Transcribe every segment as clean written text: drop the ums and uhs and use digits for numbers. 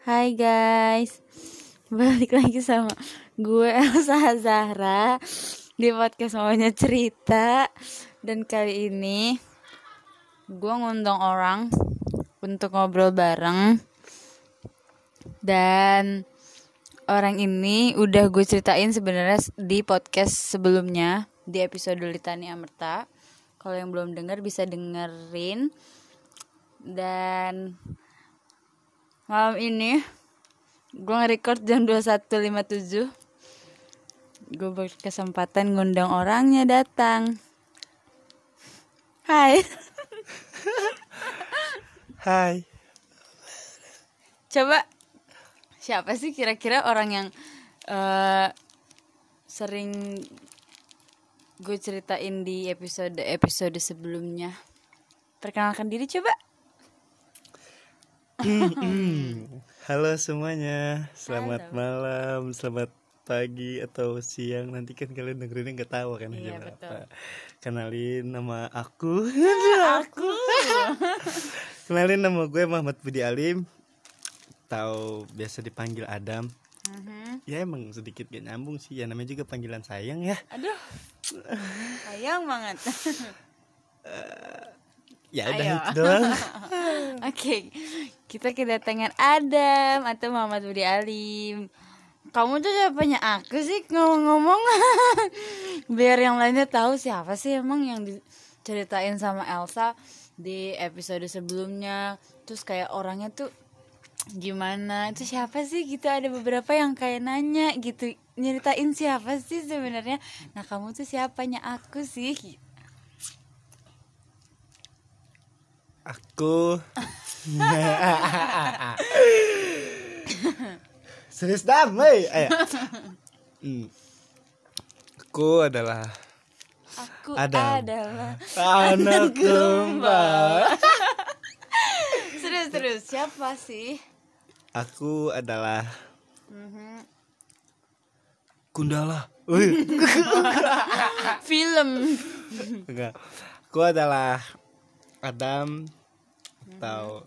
Hai guys, balik lagi sama gue Elsa Zahra di podcast Maunya Cerita. Dan kali ini gue ngundang orang untuk ngobrol bareng. Dan orang ini udah gue ceritain sebenarnya di podcast sebelumnya, di episode Litani Amerta. Kalau yang belum denger bisa dengerin. Dan malam ini gue nge-record jam 21.57. Gue berkesempatan ngundang orangnya datang. Hai. Hai. Coba siapa sih kira-kira orang yang sering gue ceritain di episode sebelumnya? Perkenalkan diri coba. Halo semuanya, selamat malam, selamat pagi atau siang. Nanti kan kalian dengerinnya nggak tahu kan Iya, jam betul. berapa. Kenalin nama aku. Aku. Kenalin nama gue Muhammad Budi Alim. Tahu biasa dipanggil Adam. Ya emang sedikit gak nyambung sih. Ya namanya juga panggilan sayang ya. Aduh. Sayang banget. Ya udah Ayo. itu doang. Oke, kita kedatangan Adam atau Muhammad Budi Alim. Kamu tuh siapanya aku sih ngomong-ngomong. Biar yang lainnya tahu siapa sih emang yang diceritain sama Elsa di episode sebelumnya. Terus kayak orangnya tuh gimana, itu siapa sih gitu. Ada beberapa yang kayak nanya gitu, nyeritain siapa sih sebenarnya. Nah kamu tuh siapanya aku sih. Aku serius damai. Aku adalah Adam. Anak kembar. Terus siapa sih? Aku adalah Gundala. Film. Enggak. Aku adalah Adam atau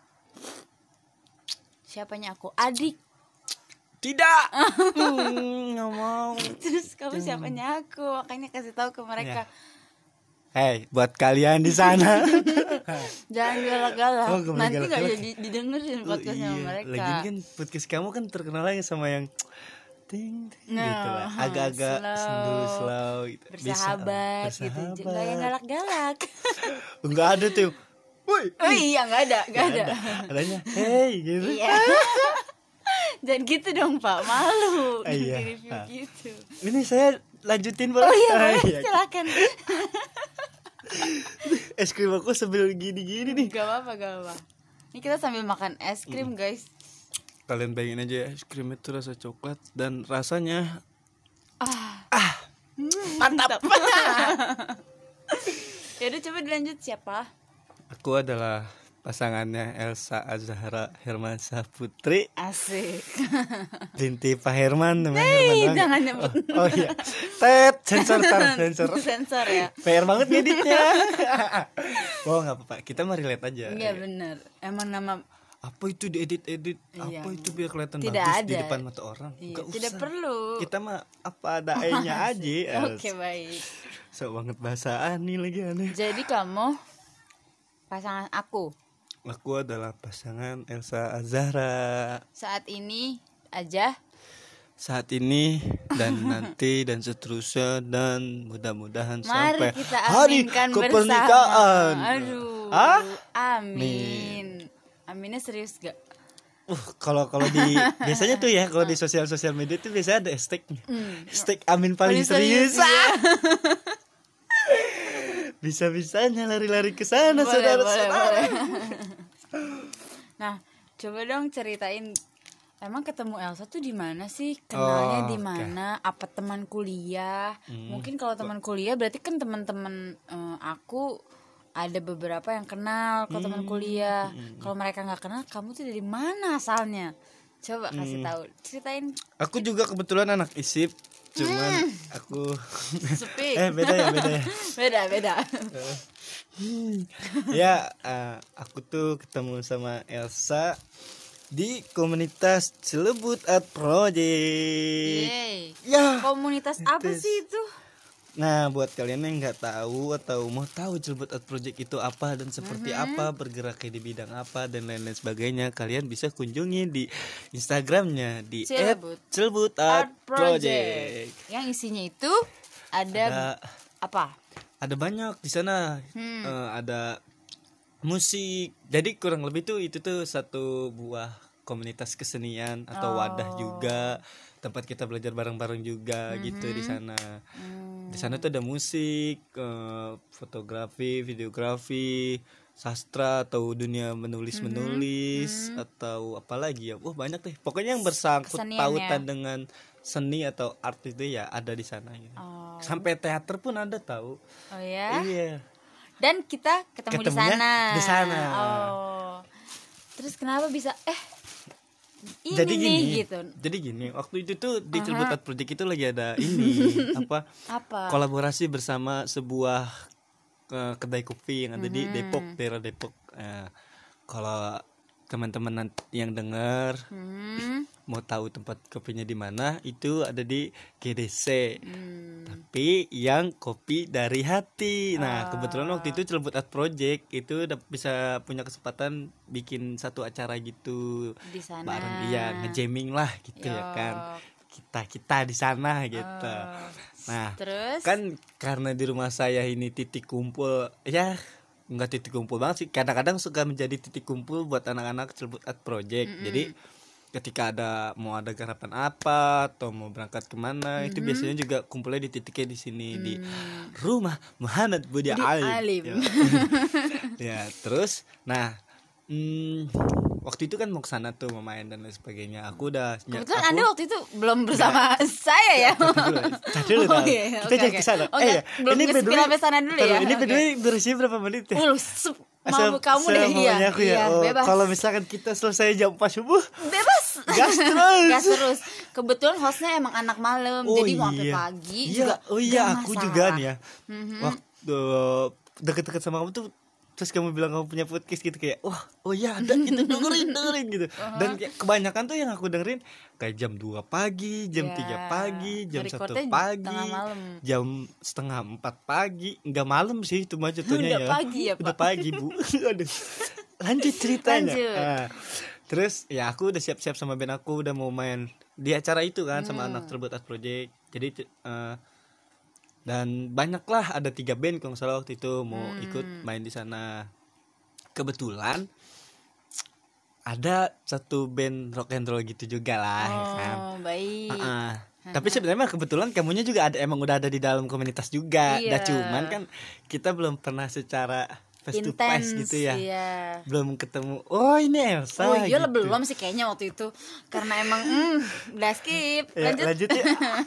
Siapanya aku? Adik. tidak. Nggak mau. Terus kamu siapanya aku? Makanya kasih tahu ke mereka. Hey, buat kalian di sana. Jangan galak-galak. Oh, gak boleh Nanti nggak galak-galak. jadi didengerin podcastnya sama mereka. Lagian kan podcast kamu kan terkenal lagi sama yang ting Nah, gitu lah. Agak-agak slow gitu. Bersahabat gitu. Nggak yang galak-galak. Enggak ada tuh. Woi. Oh iya, nggak ada. Adanya hey gitu. Iya. Jangan gitu dong Pak, malu Iya. di review gitu. Ini saya lanjutin boleh? Oh iya, boleh, Iya. silakan. Es krim aku sambil gini-gini nih. Gak apa-apa. Ini kita sambil makan es krim guys. Kalian bayangin aja ya, es krim itu rasa coklat dan rasanya Mantap. Yaudah coba dilanjut, siapa? Aku adalah pasangannya Elsa Azahra Hermansyah Putri Asik. binti Pak Herman namanya. Hei, Herman jangan nyebut. Oh iya. Sensor. Sensor ya. PR banget ngeditnya. Oh nggak apa-apa, kita mah relate aja. Iya benar. Emang nama Apa itu diedit? Iya. Apa itu biar kelihatan Tidak bagus ada. di depan mata orang? Iya, Nggak tidak usah. perlu. Kita mah apa adanya aja. Oke, baik. So banget bahasa Ani lagi aneh. Jadi kamu pasangan aku. Aku adalah pasangan Elsa Azahra. Saat ini aja. Saat ini dan nanti dan seterusnya dan mudah-mudahan Mari sampai kita hari aminkan kepernikaan. bersama. Aduh. Hah? Amin. Aminnya serius gak? Kalau di biasanya tuh ya kalau di sosial media tuh biasanya ada hashtagnya. Hashtag amin paling serius. Iya. Bisa-bisanya lari-lari ke sana Boleh. saudara-saudara. Nah, coba dong ceritain, emang ketemu Elsa tuh di mana sih? Kenalnya di mana? Apa teman kuliah? Mungkin kalau teman kuliah berarti kan teman-teman aku ada beberapa yang kenal kalau teman kuliah. Kalau mereka nggak kenal, kamu tuh dari mana asalnya? Coba kasih tahu, ceritain. Aku juga kebetulan anak ISIP, cuman aku Sepi. beda ya. Beda. Ya, aku tuh ketemu sama Elsa di komunitas Celebut Art Project. Yeay. Ya. Komunitas apa sih itu? Nah, buat kalian yang nggak tahu atau mau tahu Celebut Art Project itu apa dan seperti apa, bergeraknya di bidang apa dan lain-lain sebagainya, kalian bisa kunjungi di Instagramnya di @celebut art project. Yang isinya itu ada apa? Ada banyak di sana. Ada musik. Jadi kurang lebih tuh itu tuh satu buah komunitas kesenian atau wadah juga, tempat kita belajar bareng-bareng juga gitu di sana. Di sana tuh ada musik, fotografi, videografi, sastra atau dunia menulis atau apalagi ya. Banyak deh. Pokoknya yang bersangkut pautan dengan seni atau art itu ya ada di sana gitu. Sampai teater pun ada tahu. Oh ya? Iya. Dan kita ketemu di sana. Di sana. Oh. Terus kenapa bisa ini jadi nih gini, gitu. Jadi gini, waktu itu tuh di Celebut Art Project itu lagi ada ini apa? Kolaborasi bersama sebuah kedai kopi yang ada di Depok, daerah Depok. Kalau teman-teman yang dengar mau tahu tempat kopinya di mana, itu ada di GDC. Tapi yang kopi dari hati. Nah, kebetulan waktu itu Celebut Art Project itu udah bisa punya kesempatan bikin satu acara gitu di sana. Bareng dia ngejamming lah gitu ya kan. Kita di sana gitu. Nah, terus kan karena di rumah saya ini titik kumpul ya, enggak titik kumpul banget sih, kadang-kadang suka menjadi titik kumpul buat anak-anak Celebut Art Project. Jadi ketika mau ada garapan apa atau mau berangkat kemana, itu biasanya juga kumpulnya di titiknya di sini di rumah Muhammad Budi Alim. Ya, terus waktu itu kan mau kesana tuh mau main dan lain sebagainya. Aku udah kebetulan Anda waktu itu belum bersama saya ya. Tadi dulu kita jangan kesana. Belum sampai sana dulu ya. Ini durasi berapa menit ya? Mau kamu deh ya. Bebas. Kalau misalkan kita selesai jam 4 subuh, bebas. Gas terus. Kebetulan hostnya emang anak malam, jadi mau sampai pagi juga. Aku juga nih ya. Waktu deket-deket sama kamu tuh, terus kamu bilang kamu punya podcast gitu, kayak ada gitu, dengerin gitu. Dan kebanyakan tuh yang aku dengerin kayak jam 2 pagi, jam 3 pagi, jam 1 pagi, jam setengah 4 pagi. Enggak malam sih itu mah jatuhnya ya. Udah pagi Bu. Aduh. Lanjut ceritanya. Terus ya aku udah siap-siap sama band, aku udah mau main di acara itu kan sama anak Celebut Art Project. Jadi dan banyaklah, ada 3 band kalau nggak salah waktu itu mau ikut main di sana. Kebetulan ada satu band rock and roll gitu juga lah. Kan? Baik. Tapi sebenarnya kebetulan kamunya juga emang udah ada di dalam komunitas juga. Dah cuman kan kita belum pernah secara face to face gitu ya. Belum ketemu. Ini Elsa. Gitu. Belum sih kayaknya waktu itu. Karena emang udah skip. Lanjut ya.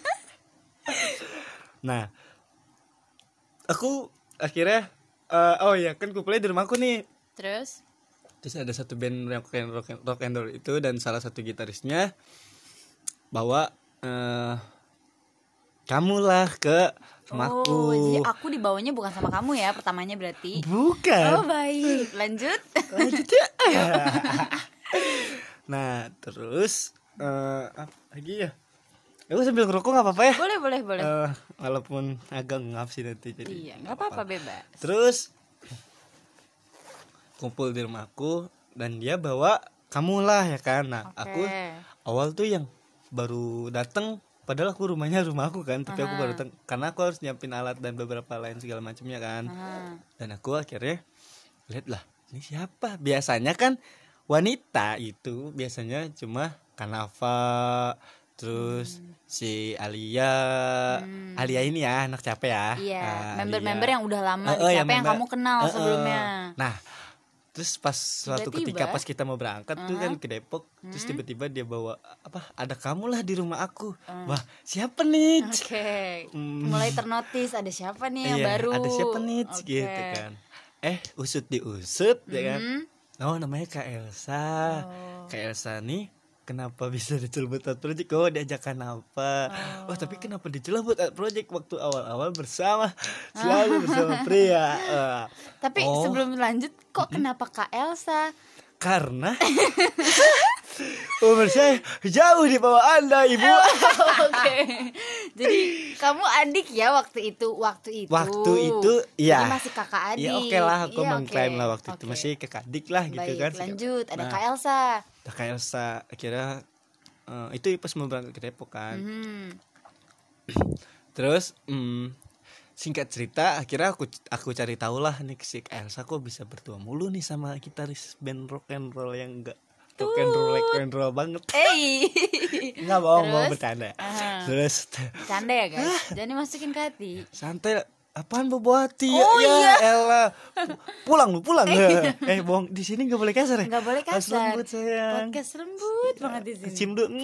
Nah, aku akhirnya kan kumpulnya di rumahku nih. Terus ada satu band rock and roll itu, dan salah satu gitarisnya bawa kamulah ke rumahku. Jadi aku dibawanya bukan sama kamu ya pertamanya berarti? Bukan. Baik. Lanjut ya. Nah, terus apa lagi ya? Aku sambil ngerokok nggak apa-apa ya? Boleh. Walaupun agak ngap sih nanti jadi. Iya, nggak apa-apa, bebas. Terus kumpul di rumahku dan dia bawa kamulah ya kan. Nah, aku awal tuh yang baru datang, padahal aku rumah aku kan, tapi aku baru datang karena aku harus nyiapin alat dan beberapa lain segala macamnya kan. Dan aku akhirnya lihat lah, ini siapa? Biasanya kan wanita itu biasanya cuma Kanava, terus si Alia ini ya, anak capek ya. Iya, member-member yang udah lama di capek yang kamu kenal sebelumnya. Nah, terus pas suatu ketika pas kita mau berangkat tuh kan ke Depok, terus tiba-tiba dia bawa ada kamu lah di rumah aku. Wah, siapa nih? Mulai ternotis, ada siapa nih yang baru? Ada siapa nih gitu kan. Usut diusut ya kan. Namanya Kak Elsa. Kak Elsa nih kenapa bisa di Celebut Art Project? Diajakan apa? Tapi kenapa di Celebut Art Project waktu awal-awal selalu bersama pria. Tapi sebelum lanjut, kok kenapa Kak Elsa? Karena Umur saya jauh di bawah Anda, Ibu. Oke. Jadi kamu adik ya waktu itu. Waktu itu iya. Jadi masih kakak adik. Ya oke lah, aku Iya, mengklaim oke. lah waktu itu Oke. masih kakak adik lah gitu Baik, kan. lanjut. Ada Nah, Kak Elsa. Kak Elsa akhirnya itu pas mau berangkat ke Depok kan. Terus singkat cerita akhirnya aku cari tahu lah nih si Kak Elsa kok bisa berdua mulu nih sama gitaris band rock and roll yang enggak rock and roll banget. Enggak bohong, Terus? bercanda. Aha. Terus Canda ya guys. Jangan dimasukin ke hati. santai, apaan bobo hati Oh, ya, iya. elah. Pulang bohong, di sini nggak boleh kasar ya. Nggak boleh Harus kasar. lembut sayang. Podcast lembut banget di sini. Cium dulu.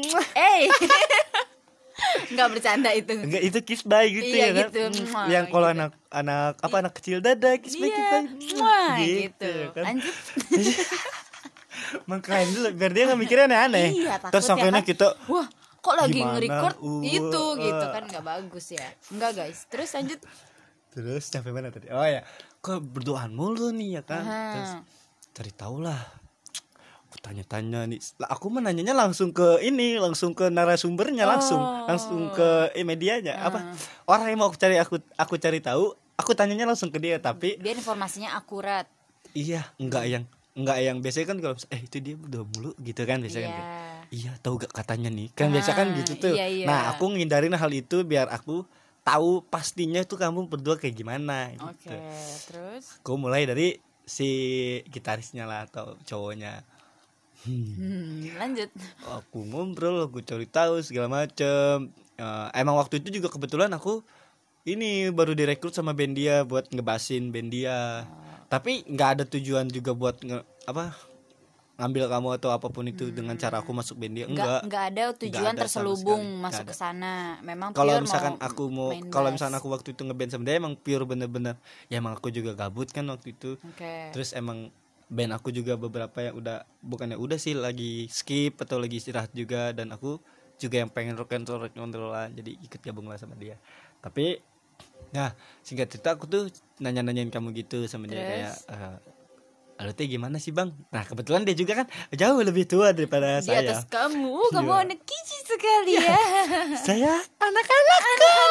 Nggak bercanda itu. Enggak, itu kiss bye gitu Iya, ya kan. gitu. Mwah, Yang kalau gitu. anak kecil dada kiss bye kiss Iya, bye. mwah, gitu. ya kan. Lanjut. Mengklaim dulu biar dia nggak mikirnya aneh-aneh. Iya, Terus takutnya sampai kan, kita wah, kok lagi gimana? nge-record itu Uh, gitu kan nggak bagus ya. Enggak guys. Terus lanjut. terus sampai mana tadi? Oh ya, kok berduaan mulu nih ya kan. Aha. Terus cari tahu lah. Aku tanya-tanya nih. Lah, aku mah nanyanya langsung ke ini, langsung ke narasumbernya langsung ke medianya. Apa? Orang yang mau aku cari tahu, aku tanyanya langsung ke dia, tapi Biar informasinya akurat. iya, enggak yang biasanya kan kalau itu dia berdua mulu gitu kan biasanya kan. Iya. Iya, tahu gak katanya nih. Kan biasa kan gitu tuh. Iya, iya. Nah, aku ngindarin hal itu biar aku tahu pastinya tuh kamu berdua kayak gimana gitu. Oke, terus Aku mulai dari si gitarisnya lah atau cowoknya. lanjut. Aku ngobrol, aku cari tahu segala macem. Emang waktu itu juga kebetulan aku ini baru direkrut sama band dia buat ngebasin band dia. Tapi nggak ada tujuan juga buat ngambil kamu atau apapun itu dengan cara aku masuk band dia. Nggak ada tujuan ada sama terselubung sekali. masuk Nggak ke sana. Memang Kalau pure misalkan main kalau bass. misalkan aku waktu itu ngeband sama dia emang pure bener-bener ya emang aku juga gabut kan waktu itu. Oke. Terus emang band aku juga beberapa yang udah sih lagi skip atau lagi istirahat juga, dan aku juga yang pengen rock and roll lah, jadi ikut gabung lah sama dia. Tapi nah singkat cerita aku tuh nanyain kamu gitu sama dia, Terus? kayak Lalu teh gimana sih bang? Nah kebetulan dia juga kan jauh lebih tua daripada Di saya. atas kamu, kamu Iya. anak kicik sekali ya. Saya anak-anak.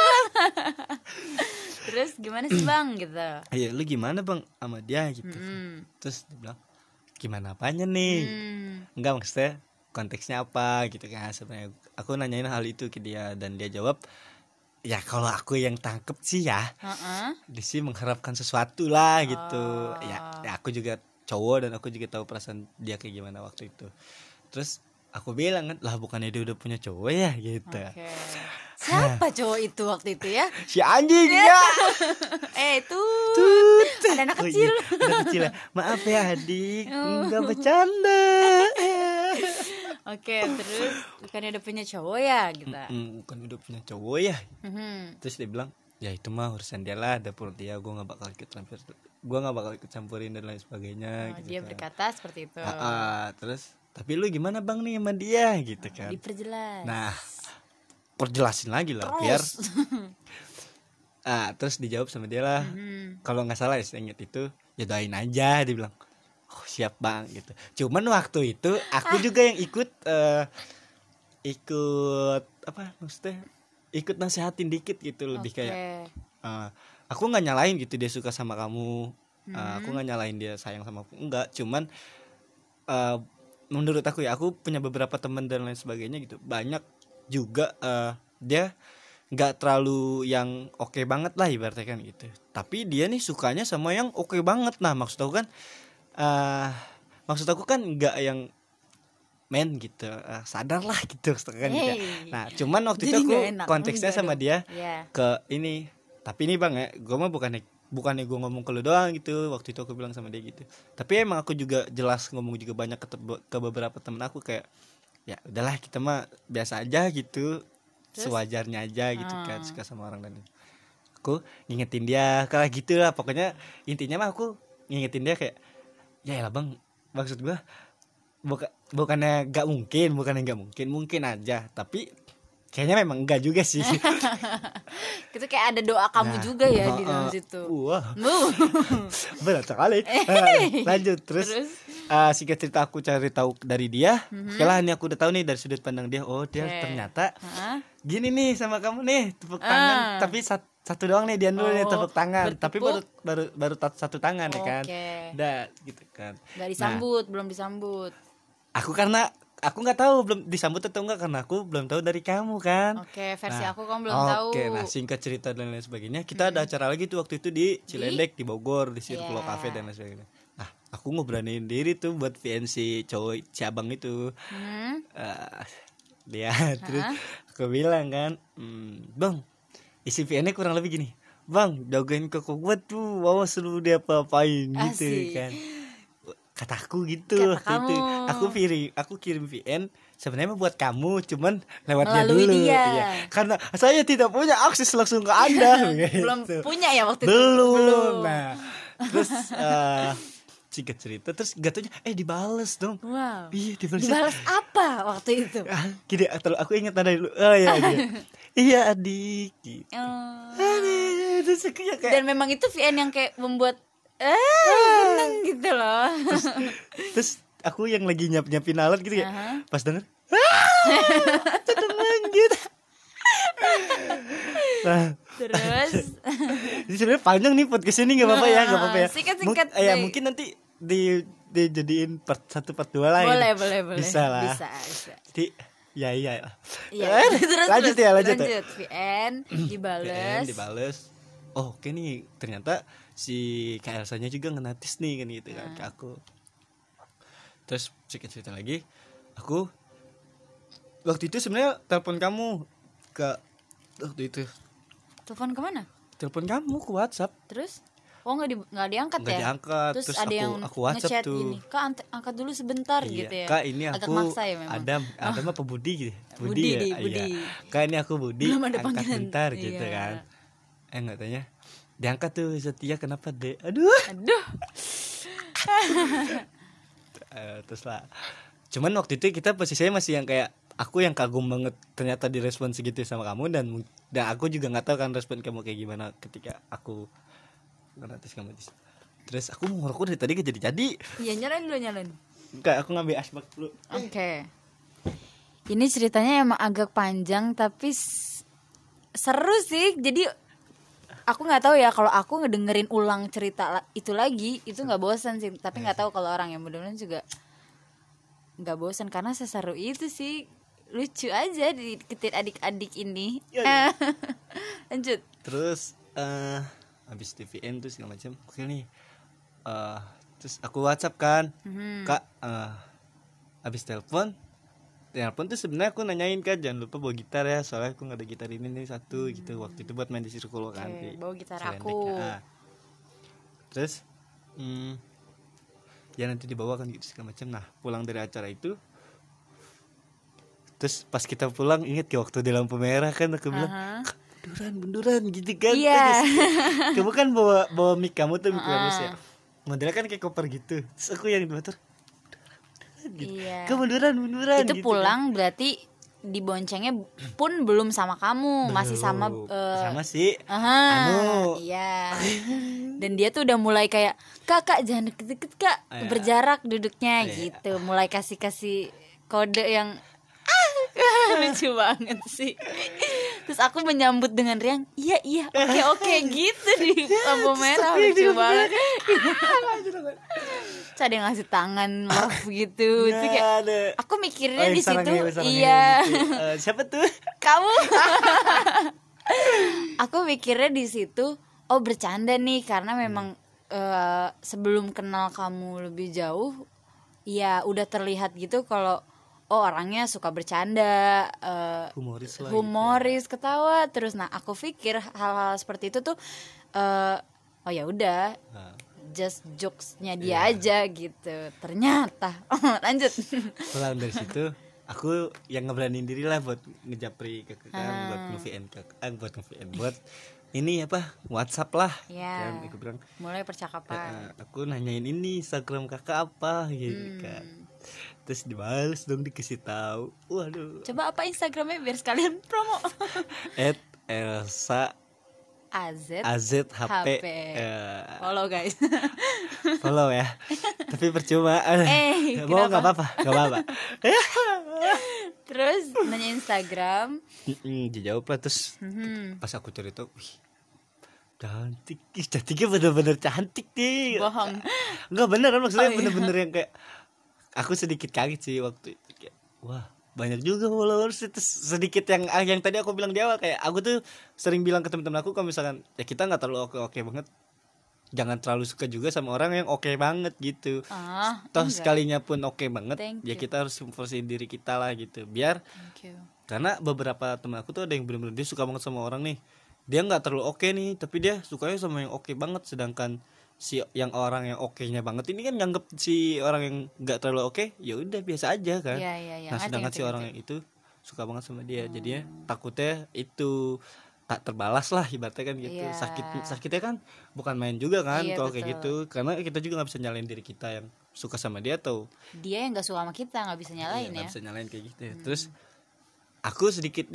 Terus gimana sih bang gitu? Iya, lu gimana bang sama dia gitu. Terus dia bilang gimana apanya nih? Enggak, maksudnya konteksnya apa gitu kan. Sebenarnya aku nanyain hal itu ke dia dan dia jawab, ya kalau aku yang tangkep sih ya, dia sih mengharapkan sesuatu lah gitu. Ya aku juga cowok dan aku juga tahu perasaan dia kayak gimana waktu itu. Terus aku bilang kan, lah bukannya dia udah punya cowok ya gitu. Oke. Siapa cowok itu waktu itu ya? Si anjing ya. Tut. Ada anak kecil. Iya, anak kecil ya. Maaf ya adik, enggak bercanda. Oke, terus bukannya udah punya cowok ya gitu. Bukan udah punya cowok ya. Terus dia bilang, ya itu mah urusan dia lah, dapur dia, gue nggak bakal ikut campurin dan lain sebagainya. Gitu Dia kan. berkata seperti itu. Terus tapi lu gimana bang nih sama dia gitu kan. Diperjelas. Nah, perjelasin lagi lah biar. Terus dijawab sama dia lah. Kalau nggak salah ya saya ingat itu, ya doain aja, dia bilang. Oh siap bang gitu. Cuman waktu itu aku juga yang ikut apa maksudnya ikut nasehatin dikit gitu, lebih kayak aku nggak nyalain gitu dia suka sama kamu. Aku nggak nyalain dia sayang sama aku, enggak. Cuman menurut aku ya, aku punya beberapa teman dan lain sebagainya gitu, banyak juga dia nggak terlalu yang oke banget lah ibaratnya kan gitu, tapi dia nih sukanya sama yang oke banget. Nah maksud aku kan nggak yang men gitu, sadar lah gitu kan gitu. Nah cuman waktu Jadi itu aku nggak enak. konteksnya Enggak sama dong. dia Iya. ke ini. Tapi ini bang ya, gue mah bukannya gue ngomong ke lu doang gitu. Waktu itu aku bilang sama dia gitu. Tapi emang aku juga jelas ngomong juga banyak ke beberapa temen aku, kayak ya udahlah kita mah biasa aja gitu. Terus? Sewajarnya aja gitu kan, suka sama orang lain. Aku ngingetin dia kayak gitu lah. Pokoknya intinya mah aku ngingetin dia kayak, ya lah bang, maksud gue bukannya nggak mungkin aja, tapi Kayaknya memang enggak juga sih. Itu kayak ada doa kamu juga ya di dalam situ. Wah. Berat sekali. Lanjut terus. Singkat cerita aku cari tahu dari dia. Oke lah, ini aku udah tahu nih dari sudut pandang dia. Oh, dia ternyata gini nih sama kamu nih, tepuk tangan tapi satu doang nih dia dulu nih tepuk tangan. Tapi baru satu tangan ya kan. Udah gitu kan. Enggak disambut, belum disambut. Aku nggak tahu belum disambut atau enggak karena aku belum tahu dari kamu kan. Oke, versi aku kamu belum tahu. Oke, nah singkat cerita dan lain sebagainya, kita ada acara lagi tuh waktu itu di Cilendek di Bogor di Circulo Cafe dan lain sebagainya. Nah, aku ngeberaniin diri tuh buat VNC cowok si abang itu. Dia terus aku bilang kan, bang, isi VN-nya kurang lebih gini. Bang, jagain koko gue tuh, awas lu dia apa-apain gitu kan. Kataku gitu waktu itu. Aku kirim VN sebenarnya buat kamu, cuman lewatnya melalui dulu. dia. Iya. Karena saya tidak punya akses langsung ke Anda. Belum punya ya waktu itu. Belum. Nah, terus singkat cerita terus gatunya dibales dong. Wow. Iya, dibales. Dibales apa waktu itu? Gini, aku ingat nada dulu. Oh iya. Iya, adik. Gitu. Terus kayak dan memang itu VN yang kayak membuat seneng gitu loh. Terus aku yang lagi nyiapin alat gitu ya. Pas denger teman gitu. Nah, terus ini sebenarnya panjang nih podcast ini, nggak apa-apa ya, nggak apa-apa ya. Singkat-singkat mungkin nanti dijadiin part 1 part 2 lah. Boleh. Bisa lah. Bisa. Jadi iya. Terus lanjut. VN dibales. Oh, oke nih, ternyata si Kak Elsanya juga nge-notice nih kan gitu kan ke aku. Terus sedikit cerita lagi, aku waktu itu sebenarnya telepon kamu ke waktu itu. Telepon kemana? Telepon kamu ke WhatsApp. Terus nggak diangkat nggak ya? Diangkat. Terus ada yang aku WhatsApp tuh. gini, Kak angkat dulu sebentar gitu ya. Kak ini aku maksa ya memang. Adam apa Budi gitu. Budi. Iya. Kak ini aku Budi, angkat bentar gitu kan. Nggak tanya. Diangkat tuh Setia, kenapa deh? Aduh. Terus lah. Cuman waktu itu kita posisinya masih yang kayak aku yang kagum banget ternyata direspon segitu sama kamu, dan aku juga nggak tahu kan respon kamu kayak gimana ketika aku ngenatis kamu. Terus aku mau ngerokok dari tadi gak jadi. Iya, nyalain. Enggak, aku ngambil asbak dulu. Oke. Ini ceritanya emang agak panjang tapi seru sih. Jadi aku nggak tahu ya, kalau aku ngedengerin ulang cerita itu lagi itu nggak bosan sih, tapi nggak tahu kalau orang yang mudah-mudahan juga nggak bosan karena seseru itu sih, lucu aja diketin adik-adik ini. Lanjut. Terus habis TVN tuh segala macam, oke nih. Terus aku WhatsApp kan, Kak, habis telepon tuh sebenarnya aku nanyain kan jangan lupa bawa gitar ya, soalnya aku nggak ada gitar ini nih satu gitu, waktu itu buat main di Circulo kan. Bawa gitar Cilendek, aku. Terus ya nanti dibawa kan gitu segala macam. Nah, pulang dari acara itu, terus pas kita pulang inget ke waktu di lampu merah kan aku bilang bunduran gitu kan. Kamu kan bawa mic kamu tuh, mic kamu ya modelnya kan kayak koper gitu, terus aku yang di motor gitu. Kemunduran itu gitu pulang kan. Berarti diboncengnya pun belum sama kamu, masih sama si iya. Dan dia tuh udah mulai kayak kakak jangan deket-deket kak, berjarak duduknya gitu, mulai kasih kode yang lucu banget sih. Terus aku menyambut dengan riang iya oke gitu di lampu merah, lucu banget. Terus ada yang ngasih tangan love gitu. Itu kayak aku mikirnya di situ iya gitu. Siapa tuh? Kamu. Aku mikirnya di situ bercanda nih, karena memang sebelum kenal kamu lebih jauh ya udah terlihat gitu kalau orangnya suka bercanda, humoris gitu, ketawa terus. Nah, aku pikir hal-hal seperti itu tuh ya udah just jokesnya dia aja gitu. Ternyata lanjut. Pulang dari situ aku yang ngeberaniin diri lah buat ngejapri ke kakak, buat nge-VN buat ini apa WhatsApp lah kan. Aku bilang mulai percakapan, aku nanyain ini Instagram kakak apa gitu kan. terus dibales dong, dikasih tahu. Waduh. Coba apa Instagramnya biar sekalian promo. @elsa AZ AZHP. Follow guys. Follow ya. Tapi percuma. Mau kenapa? nggak apa-apa, nggak apa-apa. Terus nanya Instagram. Dijawab lah, terus pas aku cerita, wih, cantik, cantiknya bener-bener cantik nih. Bohong. Enggak, beneran maksudnya. Oh, iya. Bener-bener yang kayak aku sedikit kaget sih waktu itu, kayak wah banyak juga followers. Itu sedikit yang tadi aku bilang di awal, kayak aku tuh sering bilang ke teman-teman aku, kalau misalkan ya kita nggak terlalu oke banget, jangan terlalu suka juga sama orang yang oke banget gitu. Toh enggak. sekalinya pun oke banget, Thank ya you. kita harus memforsi diri kita lah gitu, biar Thank you. karena beberapa teman aku tuh ada yang benar-benar dia suka banget sama orang nih, dia nggak terlalu oke nih, tapi dia sukanya sama yang oke banget, sedangkan si yang orang yang oke-nya banget ini kan nganggep si orang yang nggak terlalu oke ya udah biasa aja kan. Iya. Nah Ngerti, sedangkan ngerti, si orang ngerti. yang itu suka banget sama dia, jadinya takutnya itu tak terbalas lah ibaratnya kan gitu. Iya. Sakitnya kan bukan main juga kan Iya, kalau kayak betul. gitu, karena kita juga nggak bisa nyalain diri kita yang suka sama dia, atau Dia yang nggak suka sama kita nggak bisa nyalain nggak ya. bisa nyalain kayak gitu ya. Terus aku sedikit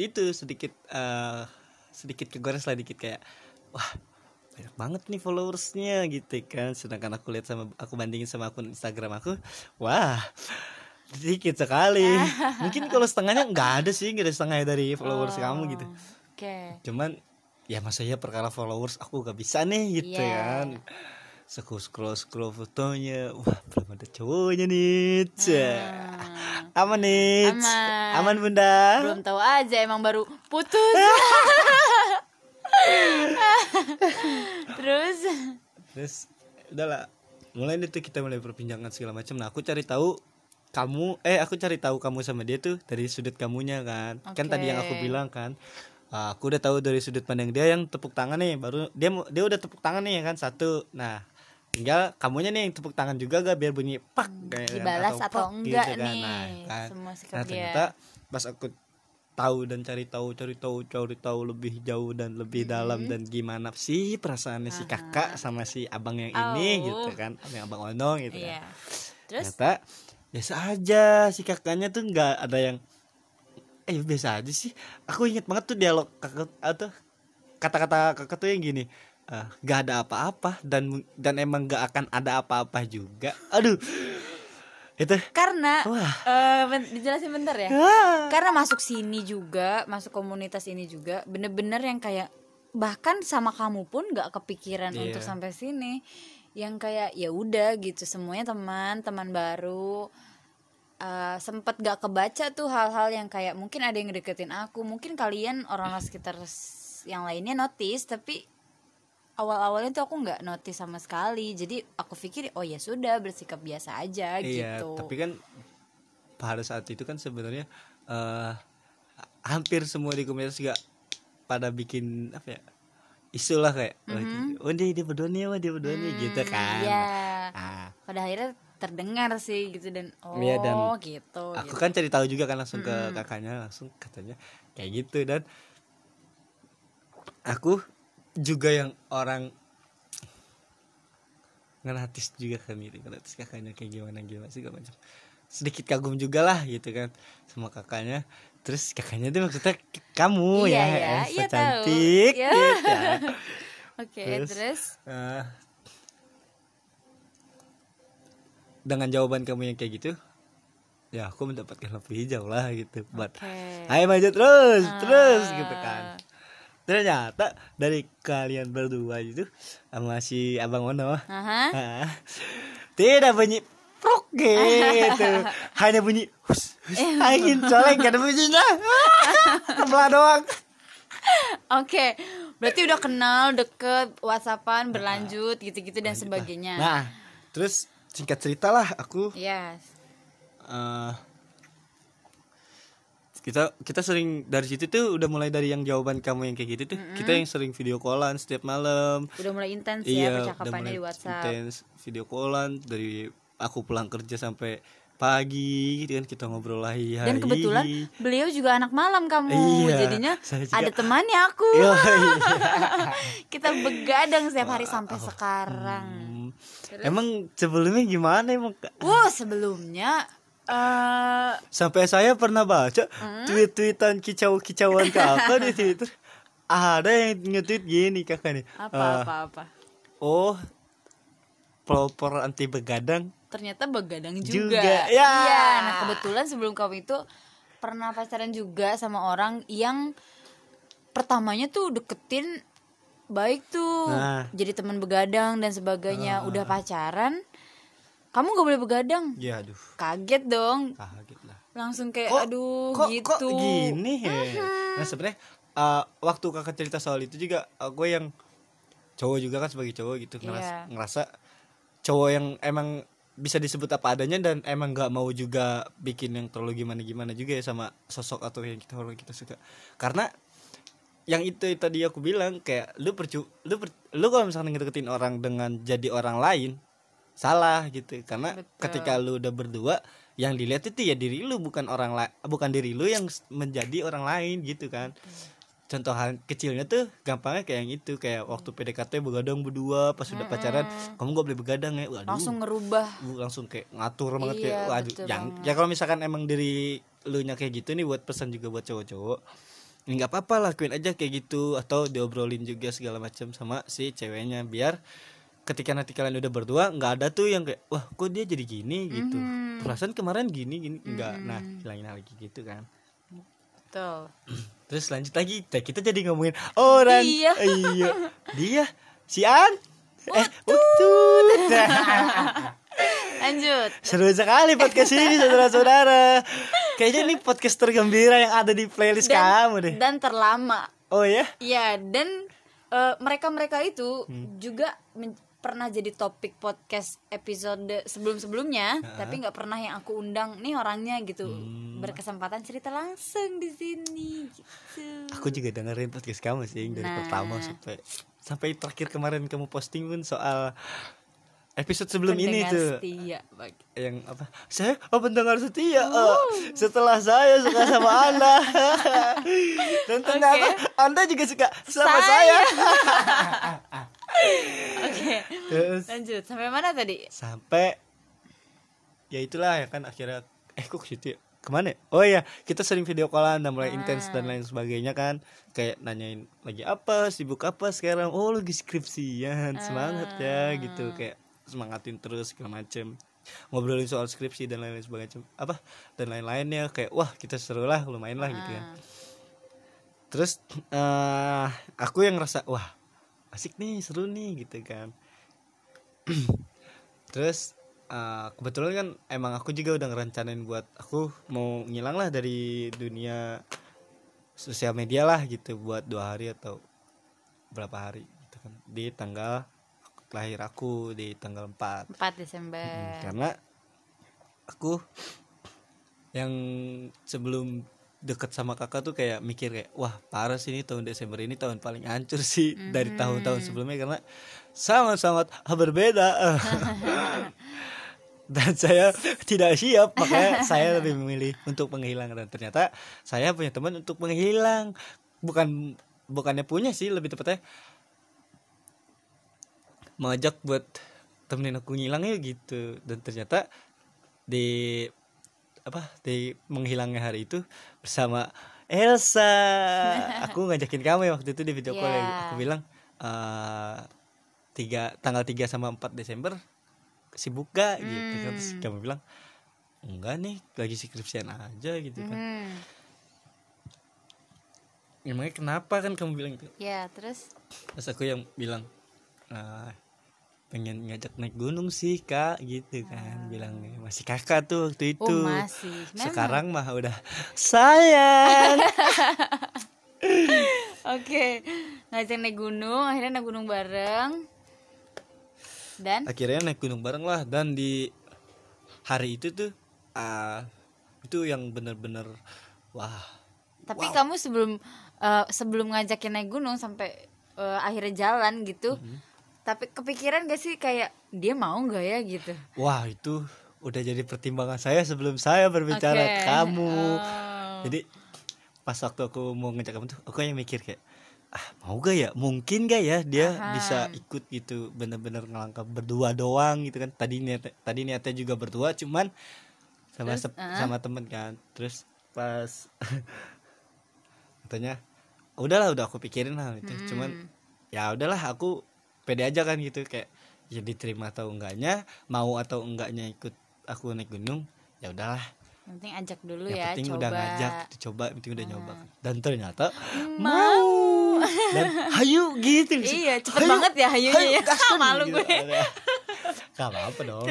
kegores lah, dikit kayak wah banyak banget nih followersnya gitu kan, sedangkan aku lihat sama, aku bandingin sama akun Instagram aku, wah sedikit sekali. Mungkin kalau setengahnya nggak ada setengahnya dari followers kamu gitu. Oke. Cuman ya masa ya perkara followers aku gak bisa nih gitu Iya. kan. Scroll fotonya, wah belum ada cowoknya nih. Aman nih. Aman bunda. Belum tahu aja, emang baru putus. Terus Udahlah, mulai itu kita mulai perbincangan segala macam. Nah aku cari tahu kamu sama dia tuh dari sudut kamunya kan. Kan Oke. tadi yang aku bilang kan, aku udah tahu dari sudut pandang dia yang tepuk tangan nih, baru dia udah tepuk tangan nih ya kan, satu. Nah tinggal kamunya nih yang tepuk tangan juga gak, biar bunyi pak kayak dibalas kan, atau pak enggak gitu kan. nih Nah, semua sikap nah dia. ternyata pas aku tahu dan cari tahu lebih jauh dan lebih dalam, dan gimana sih perasaannya si kakak sama si abang yang ini gitu kan, abang Onong gitu Iya. kan. Terus Ternyata biasa aja, si kakaknya tuh nggak ada yang biasa aja sih. Aku inget banget tuh dialog kakak atau kata-kata kakak tuh yang gini, gak ada apa-apa dan emang gak akan ada apa-apa juga. Aduh, itu karena wah. dijelasin bentar ya. Karena masuk sini juga, masuk komunitas ini juga, bener-bener yang kayak bahkan sama kamu pun nggak kepikiran Iya. untuk sampai sini. Yang kayak ya udah gitu, semuanya teman baru. Sempet gak kebaca tuh hal-hal yang kayak mungkin ada yang deketin aku, mungkin kalian orang-orang sekitar yang lainnya notice, tapi awal-awalnya tuh aku nggak notice sama sekali. Jadi aku pikir oh ya sudah, bersikap biasa aja Iya, gitu. tapi kan pada saat itu kan sebenarnya hampir semua di komunitas juga pada bikin apa ya, isu lah kayak oh dia berdua nih, gitu kan. Iya. Ah, Pada akhirnya terdengar sih gitu, dan Iya, dan gitu. aku kan cari tahu juga kan langsung ke kakaknya, langsung katanya kayak gitu. Dan aku juga yang orang ngeratis juga kan, ngeratis kakaknya kayak gimana sih gak macam, sedikit kagum juga lah gitu kan sama kakaknya. Terus kakaknya tuh maksudnya kamu Iya, ya, iya, Elsa tahu. cantik Iya. gitu ya. Oke, terus dengan jawaban kamu yang kayak gitu, ya aku mendapatkan lampu hijau lah gitu. Buat Oke. ayo maju terus gitu kan. Ternyata dari kalian berdua itu sama si Abang Ono, tidak bunyi prok gitu, hanya bunyi hus, angin colek, gak ada bunyinya, sebelah doang. Oke, berarti udah kenal, deket, WhatsAppan, berlanjut gitu-gitu dan sebagainya. Nah, terus singkat cerita lah aku Yes. kita sering dari situ tuh udah mulai dari yang jawaban kamu yang kayak gitu tuh, kita yang sering video callan setiap malam. Udah mulai intens ya Iya, udah percakapannya mulai di WhatsApp. intens video callan dari aku pulang kerja sampai pagi gitu kan, kita ngobrol lah. Dan kebetulan beliau juga anak malam kamu. Iya, Jadinya saya juga. ada temannya aku. Iya. Kita begadang setiap hari sampai sekarang. Emang sebelumnya gimana emang? Wow, sebelumnya Sampai saya pernah baca tweet-tweetan kicau-kicauan kakak di Twitter. Ada yang nge-tweet gini kakak nih. Apa. Oh, pelopor anti begadang. Ternyata begadang Juga. juga. Ya. Iya. Nah kebetulan sebelum kamu itu pernah pacaran juga sama orang yang pertamanya tuh deketin baik tuh, jadi teman begadang dan sebagainya. Udah pacaran, kamu gak boleh begadang. Ya aduh. Kaget dong. Kaget lah. Langsung kayak gitu. Kok gini ya? Nah sebenarnya waktu kakak cerita soal itu juga gue yang cowok juga kan sebagai cowok gitu ngerasa cowok yang emang bisa disebut apa adanya dan emang nggak mau juga bikin yang terlalu gimana juga ya sama sosok atau yang kita suka. Karena yang itu tadi aku bilang kayak lu kalau misalnya ngedeketin orang dengan jadi orang lain salah gitu. Karena ketika lu udah berdua yang dilihat itu ya diri lu, bukan diri lu yang menjadi orang lain gitu kan. Contoh hal kecilnya tuh gampangnya kayak yang itu, kayak waktu PDKT begadang berdua, pas udah pacaran kamu gak boleh begadang ya. Waduh, langsung ngerubah, langsung kayak ngatur banget kayak waduh. Ya kalau misalkan emang diri lu nya kayak gitu nih, buat pesan juga buat cowok-cowok, nggak apa-apa, lakuin aja kayak gitu, atau diobrolin juga segala macam sama si ceweknya, biar ketika nanti kalian udah berdua nggak ada tuh yang kayak wah kok dia jadi gini gitu, perasaan kemarin gini enggak. Nah hilangin lagi gitu kan. Tuh. Terus lanjut lagi, kita jadi ngomongin orang. Iya. Dia si An. Lanjut. Seru sekali podcast ini saudara-saudara. Kayaknya ini podcast tergembira yang ada di playlist kamu deh. Dan terlama. Oh ya? Iya, dan mereka itu juga pernah jadi topik podcast episode sebelum-sebelumnya, tapi nggak pernah yang aku undang nih orangnya gitu. Berkesempatan cerita langsung di sini gitu. Aku juga dengerin podcast kamu sih dari pertama sampai terakhir kemarin kamu posting pun soal episode sebelum ini tuh. Setia, yang apa? Saya pendengar setia. Setelah saya suka sama Anda. Dan ternyata Anda juga suka sama saya. Oke. Terus lanjut sampai mana tadi? Sampai ya itulah ya kan akhirnya kok ke situ ya? Kemana? Oh iya, kita sering video callan dan mulai intens dan lain sebagainya kan. Kayak nanyain lagi apa, sibuk apa sekarang. Oh lagi skripsian, semangat ya gitu. Kayak semangatin terus segala macem, ngobrolin soal skripsi dan lain-lain sebagainya dan lain-lainnya. Kayak wah kita seru lah, lumayan lah gitu kan. Terus aku yang ngerasa wah asik nih, seru nih gitu kan. Terus kebetulan kan emang aku juga udah ngerencanain buat aku mau ngilang lah dari dunia sosial media lah gitu, buat 2 hari atau berapa hari gitu kan, di tanggal lahir aku di tanggal 4 Desember. Karena aku yang sebelum deket sama kakak tuh kayak mikir kayak wah parah sih ini tahun Desember ini tahun paling hancur sih dari tahun-tahun sebelumnya, karena sangat-sangat berbeda. Dan saya tidak siap, makanya saya lebih memilih untuk menghilang. Dan ternyata saya punya teman untuk menghilang, bukannya punya sih, lebih tepatnya mengajak buat temenin aku ngilang ya gitu. Dan ternyata di menghilangnya hari itu bersama Elsa, aku ngajakin kamu ya waktu itu di video call ya. Aku bilang tanggal 3 sama 4 Desember sibuk gak gitu kan. Terus kamu bilang enggak nih, lagi skripsian aja gitu kan. Emangnya kenapa kan kamu bilang itu? Ya terus aku yang bilang pengen ngajak naik gunung sih kak gitu kan. Bilangnya masih kakak tuh waktu itu. Masih. Sekarang mah udah sayang. Oke. Ngajak naik gunung, akhirnya naik gunung bareng. Dan akhirnya naik gunung bareng lah. Dan di hari itu tuh itu yang bener-bener wah. Tapi kamu sebelum ngajakin naik gunung sampai akhirnya jalan gitu, tapi kepikiran gak sih kayak dia mau gak ya gitu? Wah itu udah jadi pertimbangan saya sebelum saya berbicara ke kamu. Jadi pas waktu aku mau ngajak kamu tuh aku yang mikir kayak mau gak ya, mungkin gak ya dia bisa ikut gitu, bener-bener ngelangkah berdua doang gitu kan. Tadi niatnya juga berdua, cuman sama temen kan. Terus pas katanya udahlah, udah aku pikirin lah itu. Cuman ya udahlah, aku pede aja kan gitu, kayak ya diterima atau enggaknya, mau atau enggaknya ikut aku naik gunung, ya udahlah. Yang penting ajak dulu Yang ya, penting coba. udah ngajak, coba, penting udah nyoba. Dan ternyata Mau. Dan hayu gitu. Iya, cepet banget ya hayunya ya. gaskan Malu gitu. gue. Gak apa-apa dong.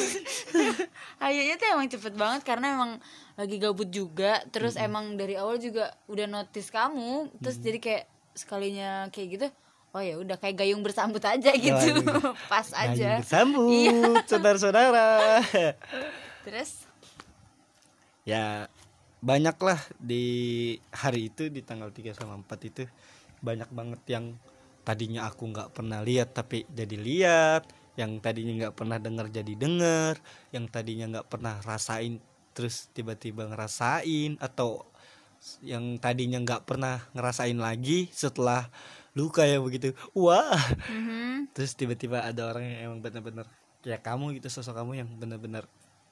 Hayunya tuh emang cepet banget karena emang lagi gabut juga. Terus emang dari awal juga udah notice kamu. Terus jadi kayak sekalinya kayak gitu, oh ya udah kayak gayung bersambut aja gitu. Pas aja. Gayung bersambut, saudara-saudara. Terus Ya banyak lah di hari itu, di tanggal 3 sama 4 itu banyak banget yang tadinya aku nggak pernah lihat tapi jadi lihat, yang tadinya nggak pernah dengar jadi dengar, yang tadinya nggak pernah rasain terus tiba-tiba ngerasain, atau yang tadinya nggak pernah ngerasain lagi setelah luka ya begitu. Wah. Terus tiba-tiba ada orang yang emang benar-benar kayak kamu gitu, sosok kamu yang benar-benar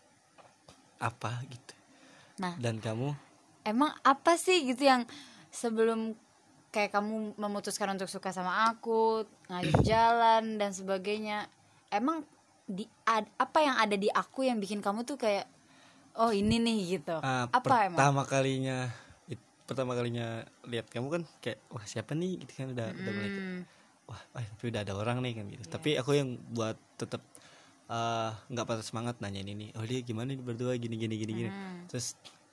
apa gitu. Nah, Dan kamu emang apa sih gitu yang sebelum kayak kamu memutuskan untuk suka sama aku, ngajak jalan dan sebagainya, emang apa yang ada di aku yang bikin kamu tuh kayak oh ini nih gitu. Apa emang? Pertama kalinya lihat kamu kan kayak wah siapa nih gitu kan, udah mulai kayak, wah tapi udah ada orang nih kan gitu. Yes. Tapi aku yang buat tetap nggak patah semangat nanyain ini, oh dia gimana nih berdua gini. Terus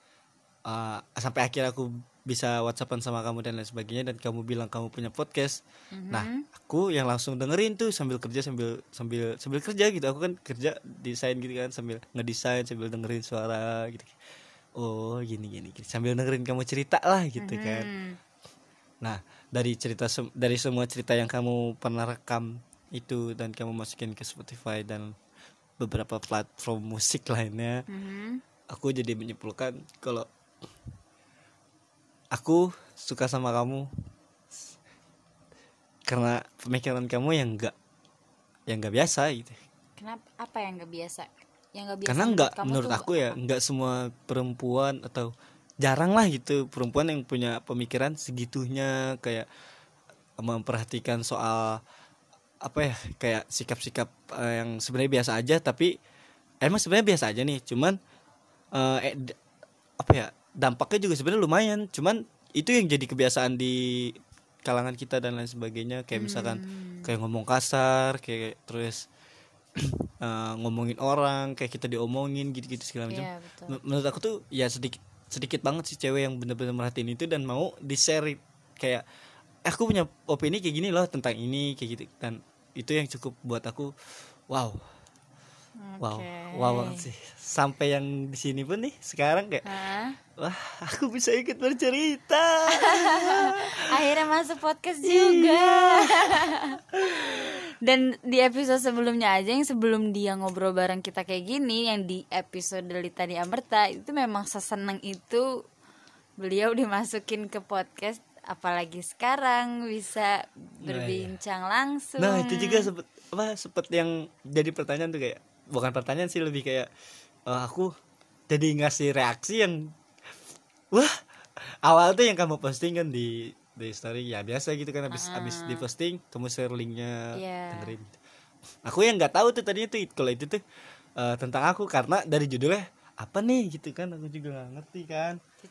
sampai akhir aku bisa WhatsAppan sama kamu dan lain sebagainya, dan kamu bilang kamu punya podcast. Nah aku yang langsung dengerin tuh sambil kerja, sambil kerja gitu. Aku kan kerja desain gitu kan, sambil ngedesain sambil dengerin suara gitu. Oh gini sambil dengerin kamu cerita lah gitu kan. Nah dari semua cerita yang kamu pernah rekam itu dan kamu masukin ke Spotify dan beberapa platform musik lainnya, aku jadi menyimpulkan kalau aku suka sama kamu karena pemikiran kamu yang nggak biasa gitu. Kenapa? Apa yang nggak biasa? Yang nggak biasa Karena menurut aku ya apa? nggak semua perempuan, atau jarang lah gitu perempuan yang punya pemikiran segitunya, kayak memperhatikan soal apa ya, kayak sikap-sikap yang sebenarnya biasa aja, tapi emang sebenarnya biasa aja nih, cuman apa ya, dampaknya juga sebenarnya lumayan, cuman itu yang jadi kebiasaan di kalangan kita dan lain sebagainya, kayak misalkan kayak ngomong kasar, kayak terus ngomongin orang kayak kita diomongin gitu segala macam. Iya, Menurut aku tuh ya sedikit banget sih cewek yang benar-benar merhatiin itu dan mau di-share, kayak aku punya opini kayak gini loh tentang ini kayak gitu, dan itu yang cukup buat aku wow banget sih. Sampai yang di sini pun nih sekarang kayak wah aku bisa ikut bercerita. Akhirnya masuk podcast juga. Dan di episode sebelumnya aja, yang sebelum dia ngobrol bareng kita kayak gini, yang di episode Lita di Amerta, itu memang seseneng itu beliau dimasukin ke podcast, apalagi sekarang bisa berbincang langsung. Nah itu juga sempet yang jadi pertanyaan tuh, kayak bukan pertanyaan sih, lebih kayak aku jadi ngasih reaksi yang wah, awal tuh yang kamu posting kan di story ya biasa gitu kan, habis di posting kamu share linknya, dengerin. Aku yang nggak tahu tuh tadinya tuh kalau itu tuh tentang aku, karena dari judulnya apa nih gitu kan, aku juga nggak ngerti kan.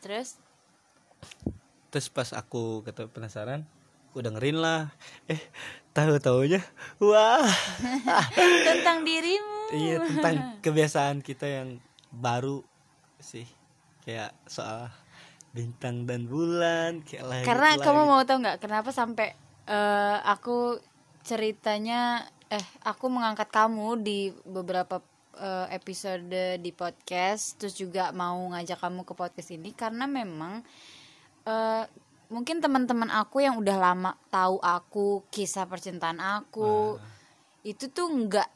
Terus pas aku kata penasaran, aku dengerin lah, tahu-taunya wah tentang dirimu. Iya, tentang kebiasaan kita yang baru sih, kayak soal bintang dan bulan kayak karena kamu mau tahu nggak kenapa sampai aku ceritanya aku mengangkat kamu di beberapa episode di podcast, terus juga mau ngajak kamu ke podcast ini karena memang mungkin teman-teman aku yang udah lama tahu aku, kisah percintaan aku itu tuh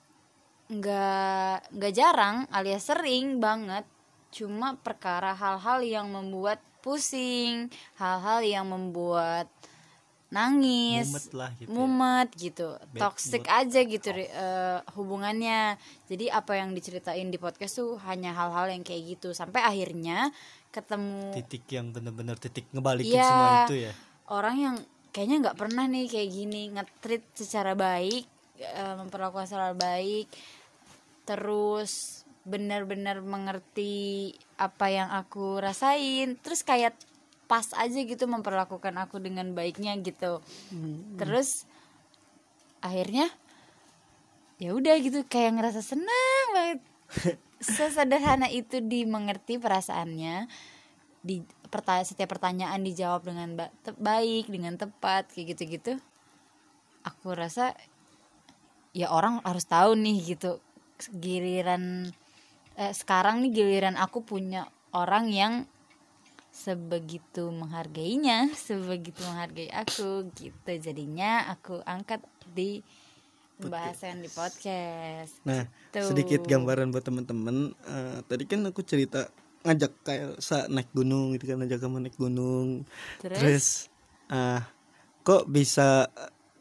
nggak jarang alias sering banget, cuma perkara hal-hal yang membuat pusing, hal-hal yang membuat nangis, Mumet lah gitu ya. mumet gitu, Bad toxic mood. aja gitu hubungannya. Jadi apa yang diceritain di podcast tuh hanya hal-hal yang kayak gitu sampai akhirnya ketemu Titik yang benar-benar titik ngebalikin Iya, semua itu ya. orang yang kayaknya nggak pernah nih kayak gini nge-treat secara baik, memperlakukan secara baik, terus benar-benar mengerti apa yang aku rasain, terus kayak pas aja gitu memperlakukan aku dengan baiknya gitu. Terus akhirnya ya udah gitu kayak ngerasa senang banget. Sesederhana itu dimengerti perasaannya, di setiap pertanyaan dijawab dengan baik, dengan tepat, kayak gitu-gitu. Aku rasa ya orang harus tahu nih gitu. Giliran sekarang nih giliran aku punya orang yang sebegitu menghargainya, sebegitu menghargai aku gitu. Jadinya aku angkat di pembahasan di podcast. Nah, gitu. sedikit gambaran buat teman-teman. Tadi kan aku cerita ngajak kayak naik gunung gitu kan, ngajak kamu naik gunung. Terus kok bisa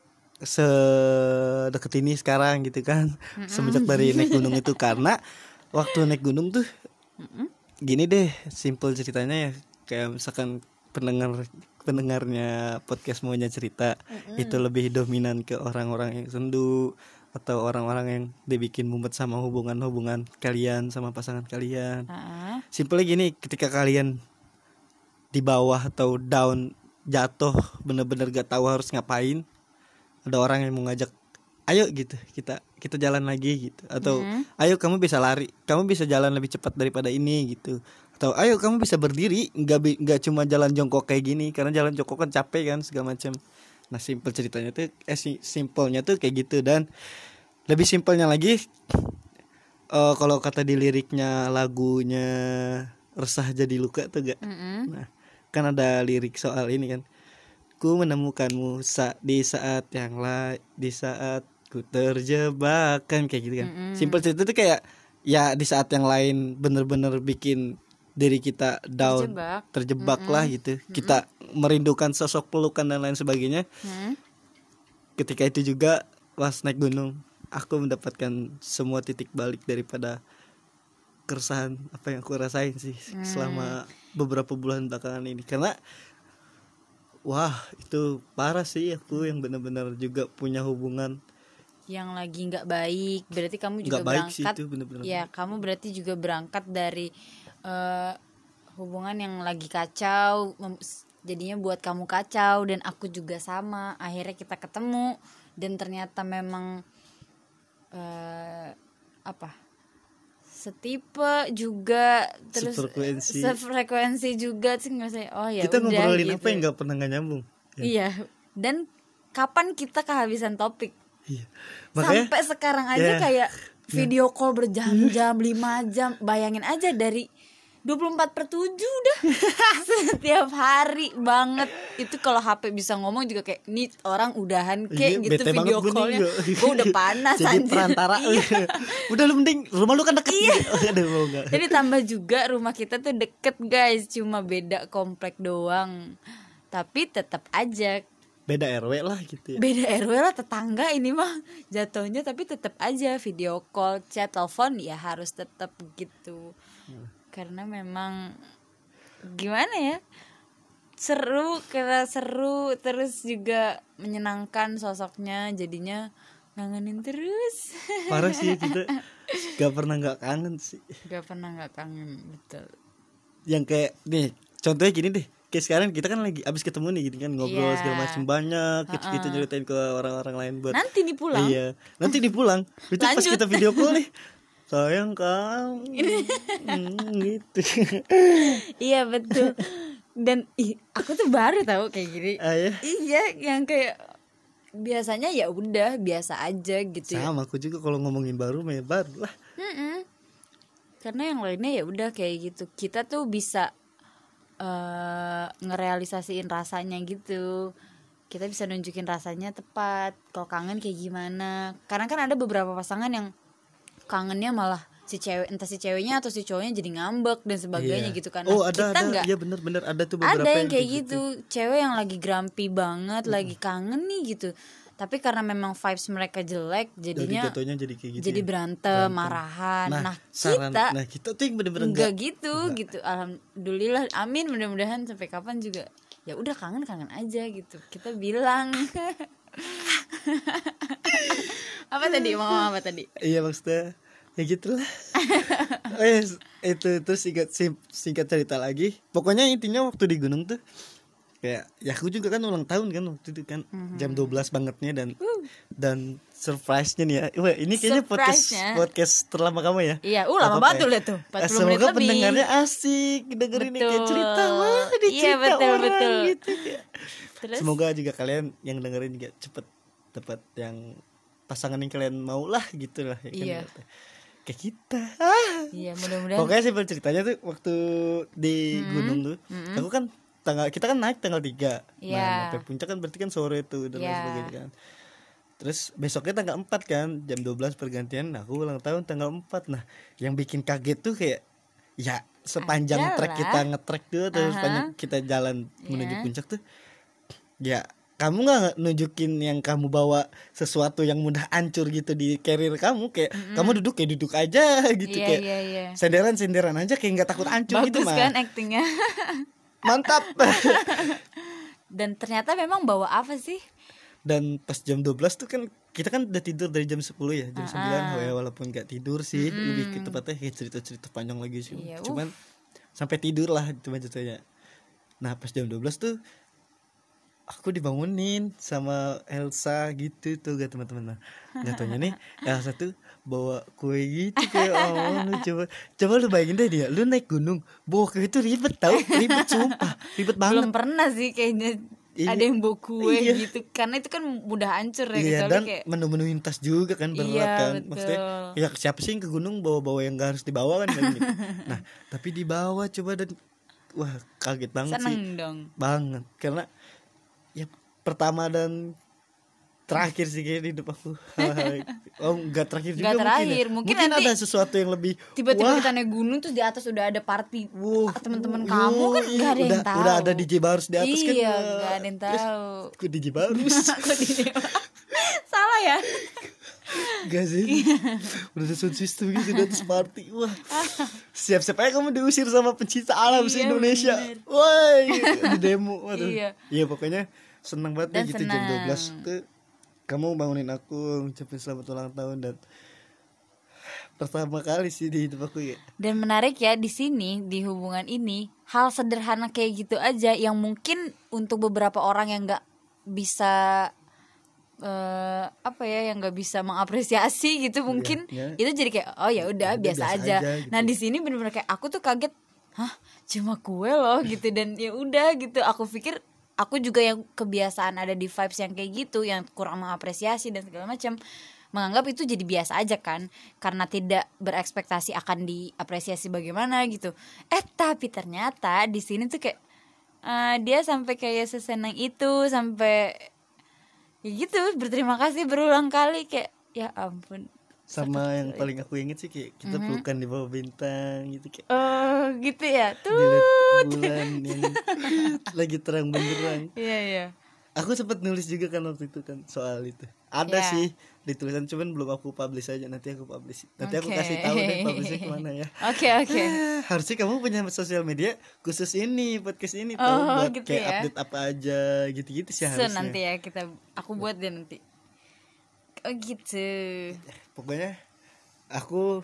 sedekat ini sekarang gitu kan? Semenjak dari naik gunung itu, karena waktu naik gunung tuh gini deh, simple ceritanya ya, kayak misalkan pendengarnya podcast maunya cerita itu lebih dominan ke orang-orang yang sendu atau orang-orang yang dibikin mumet sama hubungan kalian sama pasangan kalian. Simpelnya gini, ketika kalian di bawah atau down, jatuh bener-bener gak tahu harus ngapain, ada orang yang mau ngajak, ayo gitu, kita jalan lagi gitu, atau ayo kamu bisa lari, kamu bisa jalan lebih cepat daripada ini gitu, atau ayo kamu bisa berdiri, nggak cuma jalan jongkok kayak gini, karena jalan jongkok kan capek kan segala macam. Nah, simpel ceritanya tuh simpelnya tuh kayak gitu. Dan lebih simpelnya lagi, kalau kata di liriknya lagunya Resah Jadi Luka tuh gak? Nah, kan ada lirik soal ini kan, ku menemukanmu di saat yang di saat ku terjebak, kan kayak gitu kan. Simpel cerita tuh kayak ya di saat yang lain bener-bener bikin diri kita down, terjebak lah gitu. Kita merindukan sosok pelukan dan lain sebagainya. Ketika itu juga pas naik gunung, aku mendapatkan semua titik balik daripada keresahan apa yang aku rasain sih selama beberapa bulan belakangan ini. Karena wah, itu parah sih, aku yang benar-benar juga punya hubungan yang lagi nggak baik. Berarti kamu juga berangkat sih, bener-bener. Ya, kamu berarti juga berangkat dari hubungan yang lagi kacau, jadinya buat kamu kacau, dan aku juga sama. Akhirnya kita ketemu dan ternyata memang setipe juga, terus sefrekuensi juga sih, nggak sih? Oh ya, kita udah, ngobrolin gitu. Apa yang nggak pernah nggak nyambung ya? Iya, dan kapan kita kehabisan topik? Iya. Makanya, sampai sekarang aja kayak video call berjam-jam, 5 jam. Bayangin aja dari 24/7 udah setiap hari banget. Itu kalau HP bisa ngomong juga kayak nih orang udahan kayak gitu video callnya. Gue udah panas jadi perantara. Udah lu mending rumah lu kan deket. Jadi tambah juga rumah kita tuh deket guys, cuma beda komplek doang, tapi tetap aja beda RW lah gitu ya. Beda RW lah, tetangga ini mah jatuhnya, tapi tetap aja video call, chat, telepon ya harus tetap gitu. Karena memang gimana ya, seru, terus juga menyenangkan sosoknya, jadinya ngangenin terus. Parah sih, kita gak pernah gak kangen sih. Gak pernah gak kangen, betul. Yang kayak nih, contohnya gini deh, kayak sekarang kita kan lagi abis ketemu nih gitu kan, ngobrol segala macam banyak gitu nyeritain ke orang-orang lain buat nanti dipulang. Iya, nanti dipulang. Itu pas kita video call nih, sayang kamu gitu. Iya betul. Dan aku tuh baru tahu kayak gini. Ya? Iya, yang kayak biasanya ya udah biasa aja gitu. Sama aku juga kalau ngomongin baru lah. Karena yang lainnya ya udah kayak gitu. Kita tuh bisa ngerealisasiin rasanya gitu. Kita bisa nunjukin rasanya tepat. Kalau kangen kayak gimana? Karena kan ada beberapa pasangan yang kangennya malah si cewek, entah si ceweknya atau si cowoknya jadi ngambek dan sebagainya gitu kan. Oh, Nah, ada kita nggak, iya benar-benar ada tuh beberapa ada yang kayak gitu, cewek yang lagi grumpy banget, lagi kangen nih gitu. Tapi karena memang vibes mereka jelek, jadinya jatuhnya jadi kayak gitu. jadi berantem, marahan. Nah, kita tuh yang bener-bener enggak gitu. Alhamdulillah, amin, mudah-mudahan sampai kapan juga ya udah kangen aja gitu. Kita bilang. Apa tadi? Mau apa tadi? Iya, maksudnya ya gitulah. Itu singkat cerita lagi. Pokoknya intinya waktu di gunung tuh kayak ya aku juga kan ulang tahun kan waktu itu kan, jam 12 bangetnya dan surprise-nya nih ya. Wah, ini kayaknya podcast terlama kamu ya. Iya, lama banget lihat tuh, 40 menit semoga lebih. pendengarnya asik dengerin ini kayak cerita iya, betul. Gitu ya. Terus? Semoga juga kalian yang dengerin juga cepet dapat yang pasangan yang kalian mau lah gitu lah ya kan. Iya. Kayak kita. Iya, mudah-mudahan. Pokoknya simpel ceritanya tuh waktu di gunung tuh, aku kan kita kan naik tanggal 3. Yeah. Nah, sampai puncak kan berarti kan sore tuh dan lain sebagainya kan. Terus besoknya tanggal 4 kan, jam 12 pergantian. Nah, aku ulang tahun tanggal 4. Nah, yang bikin kaget tuh kayak ya sepanjang trek kita ngetrek tuh terus sepanjang kita jalan menuju puncak tuh. Ya, kamu nggak nunjukin yang kamu bawa sesuatu yang mudah hancur gitu di carrier kamu, kayak kamu duduk aja gitu, kayak senderan aja kayak nggak takut hancur. Bagus gitu mah. Bagus kan actingnya. Mantap. Dan ternyata memang bawa apa sih? Dan pas jam 12 tuh kan kita kan udah tidur dari jam 10 ya, jam 9 ya, walaupun gak tidur sih, lebih ke tepatnya kayak cerita-cerita panjang lagi sih. Iya, cuman sampai tidur lah cuma ceritanya. Nah, pas jam 12 tuh aku dibangunin sama Elsa gitu tuh, gak teman-teman. Nah, gak taunya nih Elsa tuh bawa kue gitu kayak lu coba lu bayangin deh dia, lu naik gunung bawa kue itu ribet sumpah, ribet banget. Belum pernah sih kayaknya ada yang bawa kue gitu, karena itu kan mudah hancur ya gitu. Dan kayak menu-menuin tas juga kan berat kan, betul. Maksudnya ya siapa sih yang ke gunung bawa yang gak harus dibawa kan gitu. Nah, tapi dibawa coba, dan wah kaget banget. Seneng dong banget, karena ya pertama dan terakhir sih kayak di hidup aku. Oh, enggak terakhir juga, mungkin nanti ada sesuatu yang lebih. Tiba-tiba kita naik gunung terus di atas udah ada party teman-teman kamu kan nggak ada yang tahu. Udah ada DJ Barus di atas kan. Iya, nggak ada yang tahu. Kok DJ Barus? Salah ya? Gak sih. Udah ada sound system gitu di atas party. Wah. Siap-siap aja kamu diusir sama pencinta alam se-Indonesia. Woi, di demo. Iya, pokoknya seneng banget deh gitu. Jam 12 tuh kamu bangunin aku, ngucapin selamat ulang tahun, dan pertama kali sih di hidup aku ya. Dan menarik ya di sini, di hubungan ini, hal sederhana kayak gitu aja yang mungkin untuk beberapa orang yang nggak bisa yang nggak bisa mengapresiasi gitu mungkin itu jadi kayak oh ya udah biasa aja gitu. Nah di sini benar-benar kayak aku tuh kaget, cuma kue loh gitu, dan ya udah gitu. Aku pikir aku juga yang kebiasaan ada di vibes yang kayak gitu, yang kurang mengapresiasi dan segala macam, menganggap itu jadi biasa aja kan, karena tidak berekspektasi akan diapresiasi bagaimana gitu. Tapi ternyata di sini tuh kayak dia sampai kayak sesenang itu, sampai ya gitu berterima kasih berulang kali, kayak ya ampun. Sama yang paling aku inget sih kayak kita pelukan di bawah bintang gitu, kayak gitu ya tuh bulan yang lagi terang benderang. Iya. Aku sempat nulis juga kan waktu itu kan soal itu. Ada sih di tulisan, cuman belum aku publish aja. Nanti aku publish. Nanti aku kasih tahu deh publishnya kemana ya. Oke. Harusnya kamu punya sosial media khusus ini, podcast ini tahu buat gitu kayak update apa aja gitu-gitu sih harusnya. Nanti ya aku buat deh nanti. Oh gitu. Pokoknya aku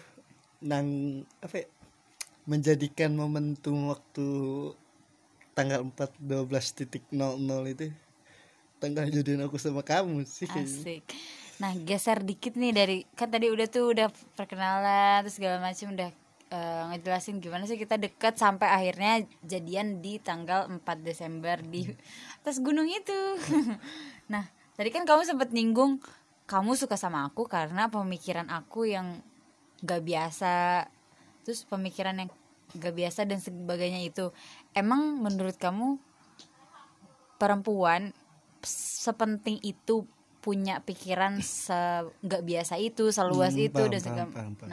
menjadikan momentum waktu tanggal 4/12.00 itu tanggal jadian aku sama kamu sih. Asik. Nah geser dikit nih dari kan tadi udah perkenalan terus segala macam, udah ngejelasin gimana sih kita dekat sampai akhirnya jadian di tanggal 4 Desember di atas gunung itu. Nah tadi kan kamu sempat nyinggung kamu suka sama aku karena pemikiran aku yang gak biasa, terus pemikiran yang gak biasa dan sebagainya itu. Emang menurut kamu perempuan sepenting itu punya pikiran gak biasa itu, seluas itu dan segala. Nah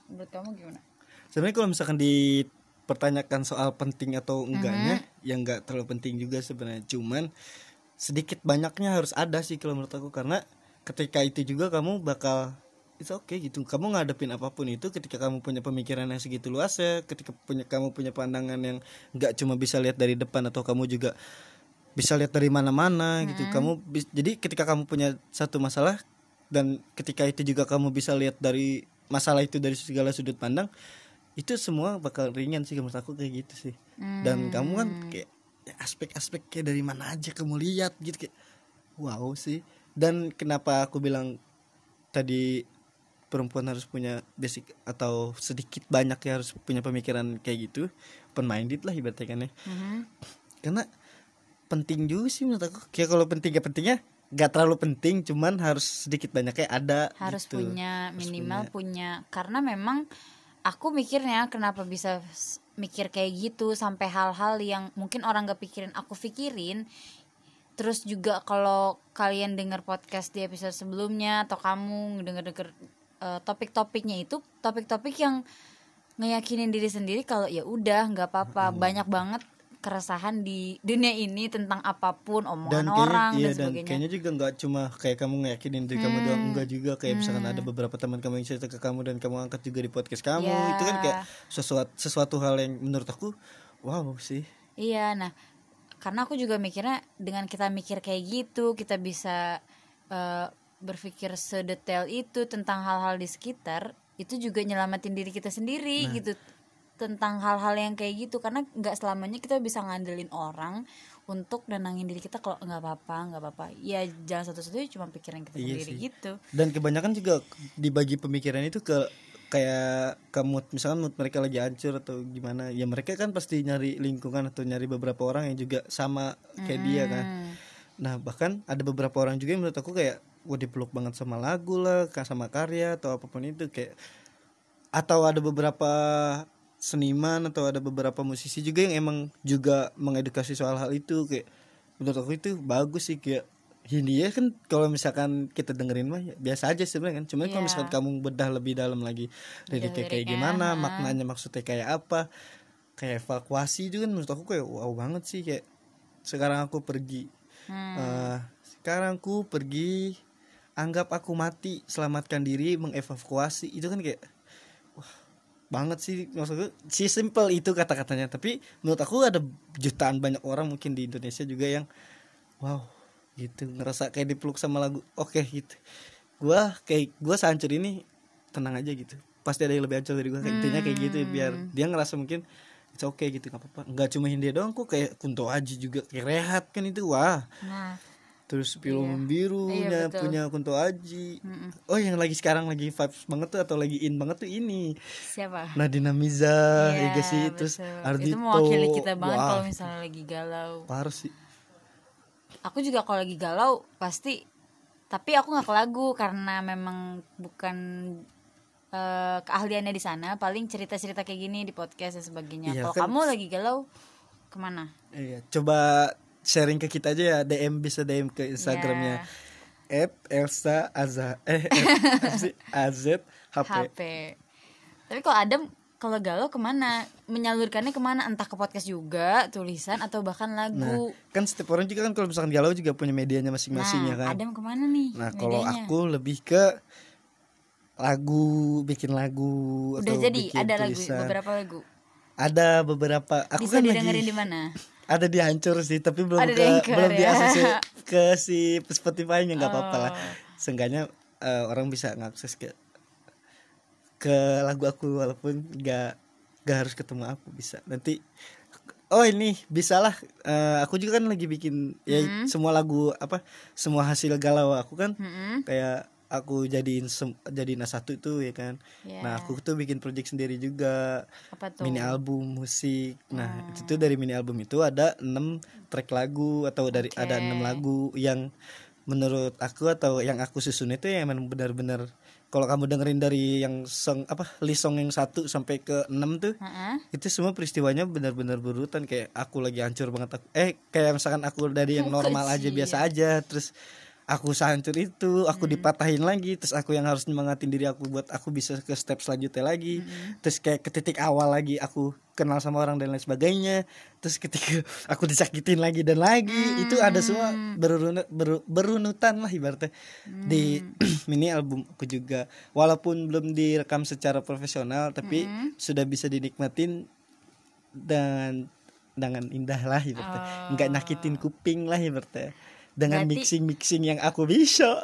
Menurut kamu gimana? Sebenarnya kalau misalkan dipertanyakan soal penting atau enggaknya, ya enggak terlalu penting juga sebenarnya. Cuman sedikit banyaknya harus ada sih kalau menurut aku, karena ketika itu juga kamu bakal it's okay gitu. Kamu ngadepin apapun itu ketika kamu punya pemikiran yang segitu luasnya, ketika kamu punya pandangan yang enggak cuma bisa lihat dari depan atau kamu juga bisa lihat dari mana-mana gitu. Jadi ketika kamu punya satu masalah dan ketika itu juga kamu bisa lihat dari masalah itu dari segala sudut pandang, itu semua bakal ringan sih menurut aku kayak gitu sih. Dan kamu kan kayak aspek-aspek kayak dari mana aja kamu lihat gitu, kayak wow sih. Dan kenapa aku bilang tadi perempuan harus punya basic atau sedikit banyak ya harus punya pemikiran kayak gitu, open minded lah ibaratnya kan ya. Karena penting juga sih menurut aku. Kayak kalau penting ya pentingnya gak terlalu penting, cuman harus sedikit banyaknya ada. Harus gitu. punya, minimal punya. Karena memang aku mikirnya kenapa bisa mikir kayak gitu sampai hal-hal yang mungkin orang gak pikirin aku pikirin. Terus juga kalau kalian dengar podcast di episode sebelumnya atau kamu denger topik-topiknya itu topik-topik yang ngeyakinin diri sendiri kalau ya udah nggak apa-apa. Banyak banget keresahan di dunia ini tentang apapun, omongan orang dan sebagainya. Dan kayaknya juga nggak cuma kayak kamu ngeyakinin diri kamu doang, enggak juga kayak misalkan ada beberapa teman kamu yang cerita ke kamu dan kamu angkat juga di podcast kamu. Itu kan kayak sesuatu hal yang menurut aku wow sih. Iya, nah karena aku juga mikirnya dengan kita mikir kayak gitu kita bisa berpikir sedetail itu tentang hal-hal di sekitar, itu juga nyelamatin diri kita sendiri gitu tentang hal-hal yang kayak gitu. Karena nggak selamanya kita bisa ngandelin orang untuk nenangin diri kita. Kalau nggak apa-apa ya jangan satu-satunya cuma pikiran kita sendiri sih. Gitu. Dan kebanyakan juga dibagi pemikiran itu ke kayak kamu misalkan mood mereka lagi hancur atau gimana ya, mereka kan pasti nyari lingkungan atau nyari beberapa orang yang juga sama kayak dia kan. Nah bahkan ada beberapa orang juga yang menurut aku kayak dipeluk banget sama lagu lah, sama karya atau apapun itu, kayak atau ada beberapa seniman atau ada beberapa musisi juga yang emang juga mengedukasi soal hal itu. Kayak menurut aku itu bagus sih. Kayak Hindia kan kalau misalkan kita dengerin mah ya biasa aja sebenarnya kan. Cuman kalau misalkan kamu bedah lebih dalam lagi liriknya kayak gimana, maknanya maksudnya kayak apa, kayak evakuasi itu kan menurut aku kayak wow banget sih. Kayak sekarang aku pergi anggap aku mati, selamatkan diri, mengevakuasi. Itu kan kayak wah banget sih, maksudku si simple itu kata-katanya, tapi menurut aku ada jutaan banyak orang mungkin di Indonesia juga yang wow gitu, ngerasa kayak dipeluk sama lagu. Oke gitu, gua sehancur ini, tenang aja gitu, pasti ada yang lebih hancur dari gua. Intinya kayak gitu, biar dia ngerasa mungkin it's okay gitu, nggak apa-apa. Nggak cuma Hindia doang kok, kayak Kunto Aji juga, kayak Rehat kan itu wah. Terus Pilu Membirunya punya Kunto Aji. Oh yang lagi sekarang lagi vibes banget tuh atau lagi in banget tuh ini siapa? Nadina Miza ya gak sih. Terus Ardhito, itu mewakili kita banget kalau misalnya lagi galau. Parah sih. Aku juga kalau lagi galau pasti, tapi aku nggak ke lagu karena memang bukan keahliannya di sana. Paling cerita-cerita kayak gini di podcast dan sebagainya. Kalau kan, kamu lagi galau kemana? Iya, coba sharing ke kita aja ya, bisa DM ke Instagramnya @elsa_azhp. Tapi kalau Adam kalau galau kemana? Menyalurkannya kemana? Entah ke podcast juga, tulisan atau bahkan lagu. Nah, kan setiap orang juga kan kalau misalkan galau juga punya medianya masing-masing ya kan. Adam kemana nih? Nah kalau aku lebih ke lagu, bikin lagu. Udah atau jadi bikin ada tulisan. beberapa lagu. Ada beberapa. Aku bisa kan didengerin di mana? Ada di Hancur sih, tapi belum di ACC ke si Spotify-nya, nggak apa-apa lah. Seenggaknya orang bisa ngakses ke lagu aku walaupun nggak harus ketemu aku, bisa nanti. Oh ini bisa lah. Aku juga kan lagi bikin ya semua lagu semua hasil galau aku kan kayak aku jadiin satu itu ya kan. Nah aku tuh bikin project sendiri juga. Apa tuh? Mini album musik. Nah itu tuh dari mini album itu ada 6 track lagu atau ada 6 lagu yang menurut aku atau yang aku susun itu yang emang benar-benar kalau kamu dengerin dari yang list song yang 1 sampai ke 6 tuh itu semua peristiwanya benar-benar berurutan. Kayak aku lagi hancur banget kayak misalkan aku dari yang normal aja biasa aja, terus aku sehancur itu, aku dipatahin lagi, terus aku yang harus nyemangatin diri aku buat aku bisa ke step selanjutnya lagi. Terus kayak ke titik awal lagi aku kenal sama orang dan lain sebagainya. Terus ketika aku disakitin lagi dan lagi, itu ada semua berunutan lah ibaratnya. Di mini album aku juga walaupun belum direkam secara profesional tapi sudah bisa dinikmatin dengan indah lah ibaratnya. Nggak nyakitin kuping lah ibaratnya. Dengan Berarti- mixing yang aku bisa.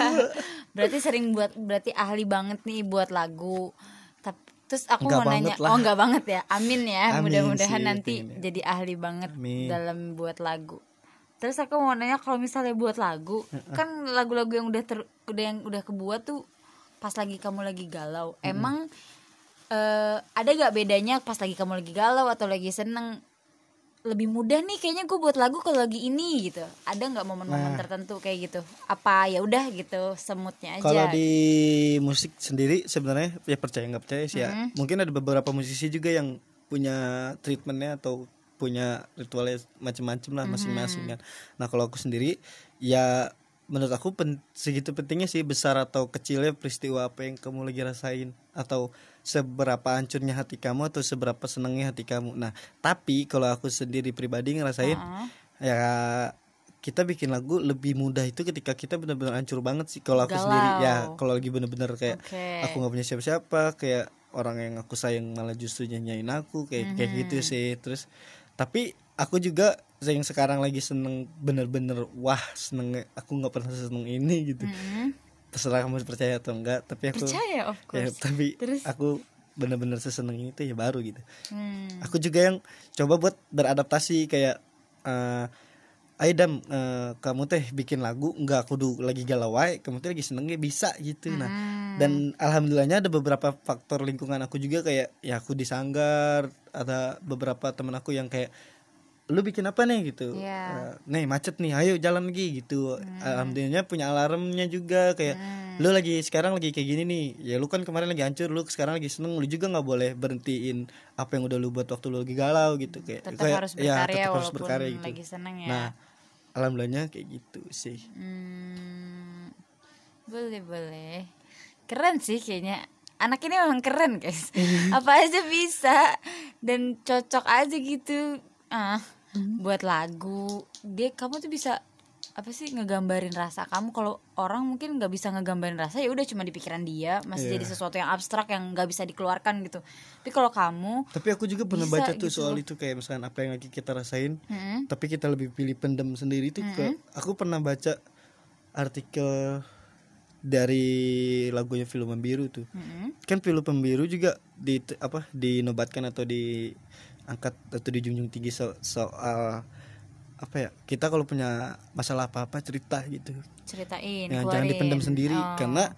berarti ahli banget nih buat lagu. Terus aku Enggak mau nanya, banget lah. enggak banget ya. Amin ya. Amin Mudah-mudahan sih, nanti pengennya. jadi ahli banget Amin. dalam buat lagu. Terus aku mau nanya, kalau misalnya buat lagu, kan lagu-lagu yang udah kebuat tuh pas lagi kamu lagi galau. Emang ada gak bedanya pas lagi kamu lagi galau atau lagi seneng? Lebih mudah nih kayaknya gue buat lagu kalau lagi ini gitu. Ada nggak momen-momen tertentu kayak gitu? Apa ya udah gitu semutnya aja? Kalau di musik sendiri sebenarnya ya percaya nggak percaya sih ya. Mungkin ada beberapa musisi juga yang punya treatmentnya atau punya ritualnya macam-macam lah masing-masing kan. Nah kalau aku sendiri ya menurut aku segitu pentingnya sih besar atau kecilnya peristiwa apa yang kamu lagi rasain atau seberapa hancurnya hati kamu atau seberapa senangnya hati kamu. Nah tapi kalau aku sendiri pribadi ngerasain ya kita bikin lagu lebih mudah itu ketika kita benar-benar hancur banget sih. Kalau aku sendiri ya kalau lagi benar-benar kayak aku nggak punya siapa-siapa, kayak orang yang aku sayang malah justru nyanyain aku kayak gitu sih. Terus tapi aku juga yang sekarang lagi seneng bener-bener wah seneng, aku nggak pernah seneng ini gitu. Terserah kamu percaya atau enggak, tapi aku percaya of course. ya, tapi Terus? aku bener-bener seseneng itu ya baru gitu. Aku juga yang coba buat beradaptasi kayak ayo Dam, kamu teh bikin lagu nggak kudu lagi galau wae, kamu teh lagi senengnya bisa gitu. Nah dan alhamdulillahnya ada beberapa faktor lingkungan aku juga kayak ya aku disanggar, ada beberapa teman aku yang kayak lu bikin apa nih gitu, nih macet nih ayo jalan lagi gitu. Alhamdulillahnya punya alarmnya juga kayak lu lagi sekarang lagi kayak gini nih ya, lu kan kemarin lagi hancur, lu sekarang lagi seneng, lu juga nggak boleh berhentiin apa yang udah lu buat waktu lu lagi galau gitu. Kayak Tetap harus berkarya tetap harus walaupun berkarya gitu. lagi seneng ya. Nah alhamdulillahnya kayak gitu sih. Boleh. Keren sih kayaknya. Anak ini memang keren guys. Apa aja bisa dan cocok aja gitu. Buat lagu. Kamu tuh bisa apa sih ngegambarin rasa kamu. Kalau orang mungkin nggak bisa ngegambarin rasa, ya udah cuma di pikiran dia, masih jadi sesuatu yang abstrak yang nggak bisa dikeluarkan gitu. Tapi kalau kamu, tapi aku juga pernah bisa baca tuh gitu soal itu kayak misalkan apa yang lagi kita rasain, tapi kita lebih pilih pendem sendiri tuh. Aku pernah baca artikel dari lagunya Pilu Membiru tuh. Kan Pilu Membiru juga dinobatkan atau diangkat atau dijunjung tinggi soal apa ya, kita kalau punya masalah apa-apa cerita gitu, ceritain, ya, jangan keluarin. dipendam sendiri karena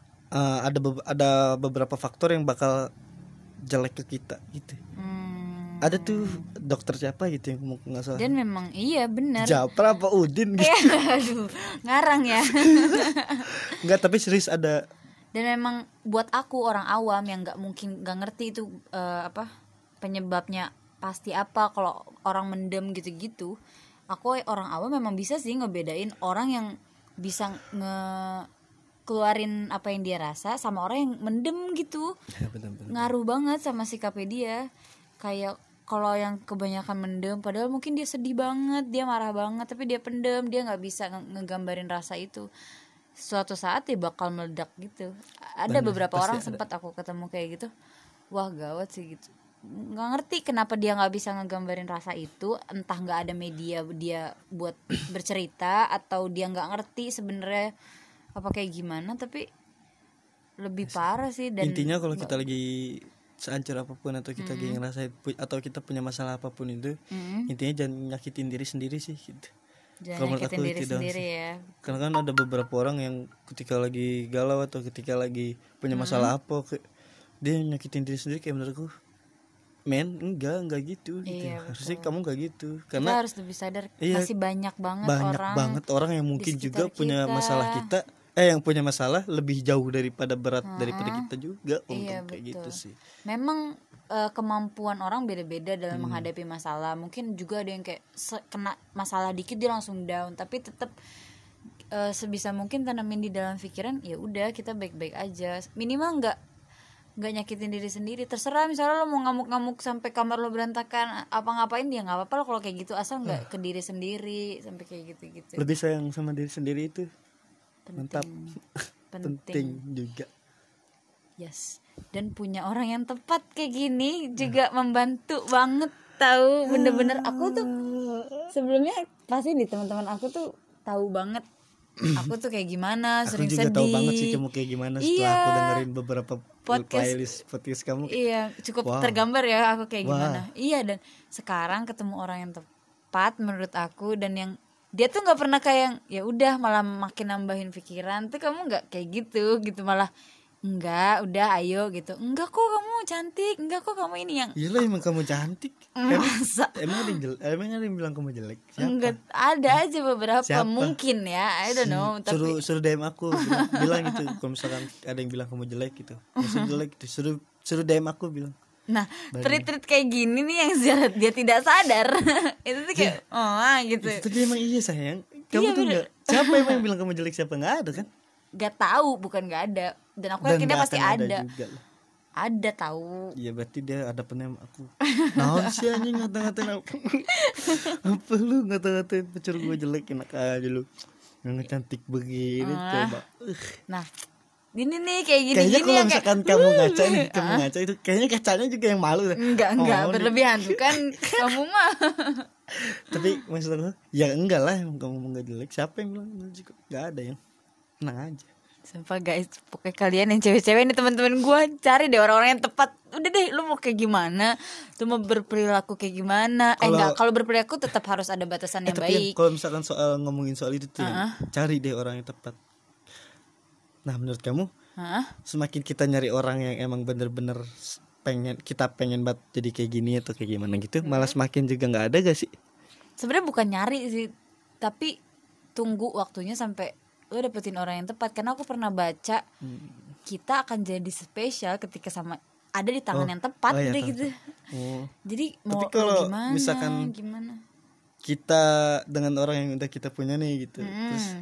ada beberapa faktor yang bakal jelek ke kita gitu. Ada tuh dokter siapa gitu yang ngomong nggak salah. Dan memang iya benar. Japra apa Udin gitu. Aduh, ngarang ya. Enggak, tapi serius ada. Dan memang buat aku orang awam yang nggak ngerti itu penyebabnya pasti apa kalau orang mendem gitu-gitu. Aku orang awam memang bisa sih ngebedain orang yang bisa keluarin apa yang dia rasa sama orang yang mendem gitu. Ya, bener-bener. Ngaruh banget sama sikapnya dia. Kayak kalau yang kebanyakan mendem, padahal mungkin dia sedih banget, dia marah banget, tapi dia pendem, dia nggak bisa ngegambarin rasa itu. Suatu saat dia bakal meledak gitu. Ada beberapa orang sempat aku ketemu kayak gitu. Wah gawat sih gitu. Nggak ngerti kenapa dia nggak bisa ngegambarin rasa itu. Entah nggak ada media dia buat bercerita, atau dia nggak ngerti sebenarnya apa kayak gimana. Tapi lebih parah sih. Dan intinya kalau kita lagi sehancur apapun atau kita lagi ngerasain atau kita punya masalah apapun itu, intinya jangan nyakitin diri sendiri sih gitu. Jangan nyakitin diri sendiri ya. Karena kan ada beberapa orang yang ketika lagi galau atau ketika lagi punya masalah apa, dia nyakitin diri sendiri. Kayak menurutku enggak gitu. Iya, harusnya kamu enggak gitu. Karena kita harus lebih sadar masih banyak banget orang yang mungkin juga punya masalah kita, yang punya masalah lebih jauh daripada berat daripada kita juga. Iya, kayak gitu sih. Memang kemampuan orang beda-beda dalam menghadapi masalah. Mungkin juga ada yang kayak kena masalah dikit dia langsung down, tapi tetap sebisa mungkin tanamin di dalam pikiran, ya udah kita baik-baik aja, minimal nggak nyakitin diri sendiri. Terserah misalnya lo mau ngamuk-ngamuk sampai kamar lo berantakan, apa ngapain dia nggak apa-apa lo kalau kayak gitu, asal nggak ke diri sendiri sampai kayak gitu-gitu. Lebih sayang sama diri sendiri itu mantap. Penting Penting juga. Yes. Dan punya orang yang tepat kayak gini juga membantu banget, tahu. Bener-bener aku tuh sebelumnya pasti di teman-teman aku tuh tahu banget aku tuh kayak gimana, sering Aku juga sedih. tahu banget sih kamu kayak gimana setelah Iya. aku dengerin beberapa Podcast kamu. Iya, cukup Wow. tergambar ya aku kayak Wah. gimana. Iya, dan sekarang ketemu orang yang tepat menurut aku, dan yang dia tuh nggak pernah kayak yang ya udah malah makin nambahin pikiran tuh, kamu nggak kayak gitu malah enggak, udah ayo gitu, enggak kok kamu cantik, enggak kok kamu ini yang Iyalah emang kamu cantik. masa Emang ada yang bilang kamu jelek? Siapa? enggak, ada aja beberapa Siapa? mungkin ya, I don't know, tapi Suruh DM aku bilang gitu kalau misalkan ada yang bilang kamu jelek gitu. Maksud jelek gitu. Suruh DM aku bilang. nah treat kayak gini nih yang dia tidak sadar itu tuh kayak gitu. Tapi emang iya sayang. Kamu Iya, tuh bener. enggak. Siapa emang yang bilang kamu jelek, siapa enggak ada kan? Gak tahu, bukan gak ada, dan aku Dan yakin dia nggak pasti akan ada juga lah. ada tahu. Iya berarti dia ada penem aku. Nah sih anjing ngata-ngatain aku. Apa lu ngata-ngatain pacar gue jelek, enak aja lu. Yang cantik begini coba. Nah ini nih kayak gini Kayaknya kalau ya, misalkan kamu ngaca nih, kamu ngaca itu kayaknya kacanya juga yang malu. enggak Oh, berlebihan tuh kan kamu mah. Tapi maksud aku ya enggak lah, emang kamu enggak jelek. Siapa yang bilang jelek juga? Enggak ada yang. Tenang aja. Sumpah guys, pokoknya kalian yang cewek-cewek nih, teman-teman gue, cari deh orang-orang yang tepat. Udah deh, lu mau kayak gimana, lu mau berperilaku kayak gimana. Enggak, kalau berperilaku tetap harus ada batasan yang tapi baik. kalau misalkan ngomongin soal itu tuh ya, cari deh orang yang tepat. Nah menurut kamu semakin kita nyari orang yang emang bener-bener pengen banget jadi kayak gini atau kayak gimana gitu, malah semakin juga nggak ada gak sih? Sebenarnya bukan nyari sih, tapi tunggu waktunya sampai lo dapetin orang yang tepat. Karena aku pernah baca kita akan jadi spesial ketika ada di tangan yang tepat, iya, udah tahu. gitu. Oh. Jadi mau kalau gimana, misalkan gimana? Kita dengan orang yang udah kita punya nih gitu, terus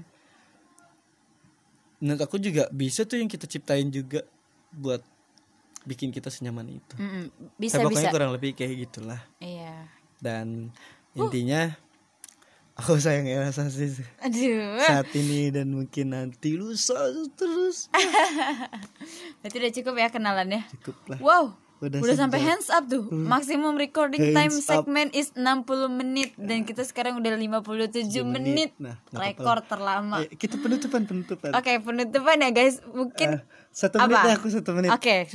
menurut aku juga bisa tuh yang kita ciptain juga buat bikin kita senyaman itu. Bisa Pokoknya bisa. kurang lebih kayak gitulah. Iya. Dan intinya aku sayang Elsa sih Aduh. saat ini dan mungkin nanti lusa terus. Berarti udah cukup ya kenalannya. Cukup lah. Wow. Udah Udah sampai sejam. hands up tuh. Maximum recording Hands time up. segmen is 60 menit dan kita sekarang udah 57 menit. Nah, nggak Rekor apa-apa. terlama. Kita penutupan. Oke, penutupan ya guys. Mungkin 1 menit apa? ya, aku 1 menit. Oke.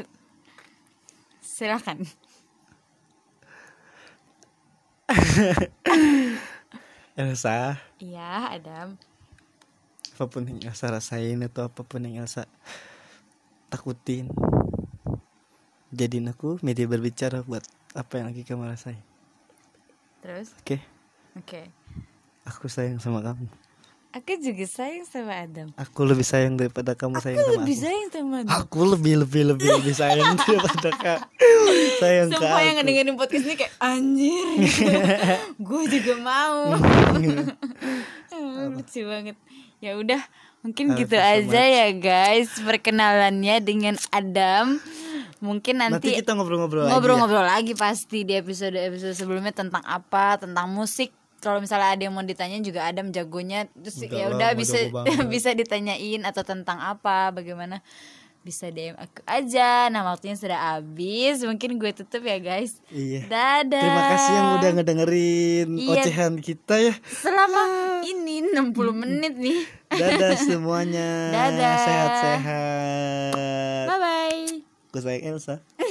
Silakan. Elsa, Iya, Adam. apapun yang Elsa rasain atau apapun yang Elsa takutin, jadiin aku media berbicara buat apa yang lagi kamu rasain. Terus? Oke? Oke. Aku sayang sama kamu. Aku juga sayang sama Adam. Aku lebih sayang daripada kamu sayang Aku sama lebih aku. sayang sama Adam. Aku lebih sayang daripada kak. Sayang ke Semua yang aku. ngedengerin podcast ini kayak anjir. Gue juga mau. Lucu banget. Ya udah, mungkin gitu aja ya guys perkenalannya dengan Adam. Mungkin nanti kita ngobrol-ngobrol lagi pasti di episode sebelumnya tentang apa, tentang musik. Kalau misalnya ada yang mau ditanya juga Adam jagonya, terus Enggak ya lah, udah nggak bisa jago banget. bisa ditanyain atau tentang apa, bagaimana, bisa DM aku aja. Nah waktunya sudah habis, mungkin gue tutup ya guys. Iya. Dadah. Terima kasih yang udah ngedengerin Iya. ocehan kita ya. Selama ini 60 menit nih. Dadah semuanya. Dadah. Sehat-sehat. Bye bye. Gue sayang Elsa.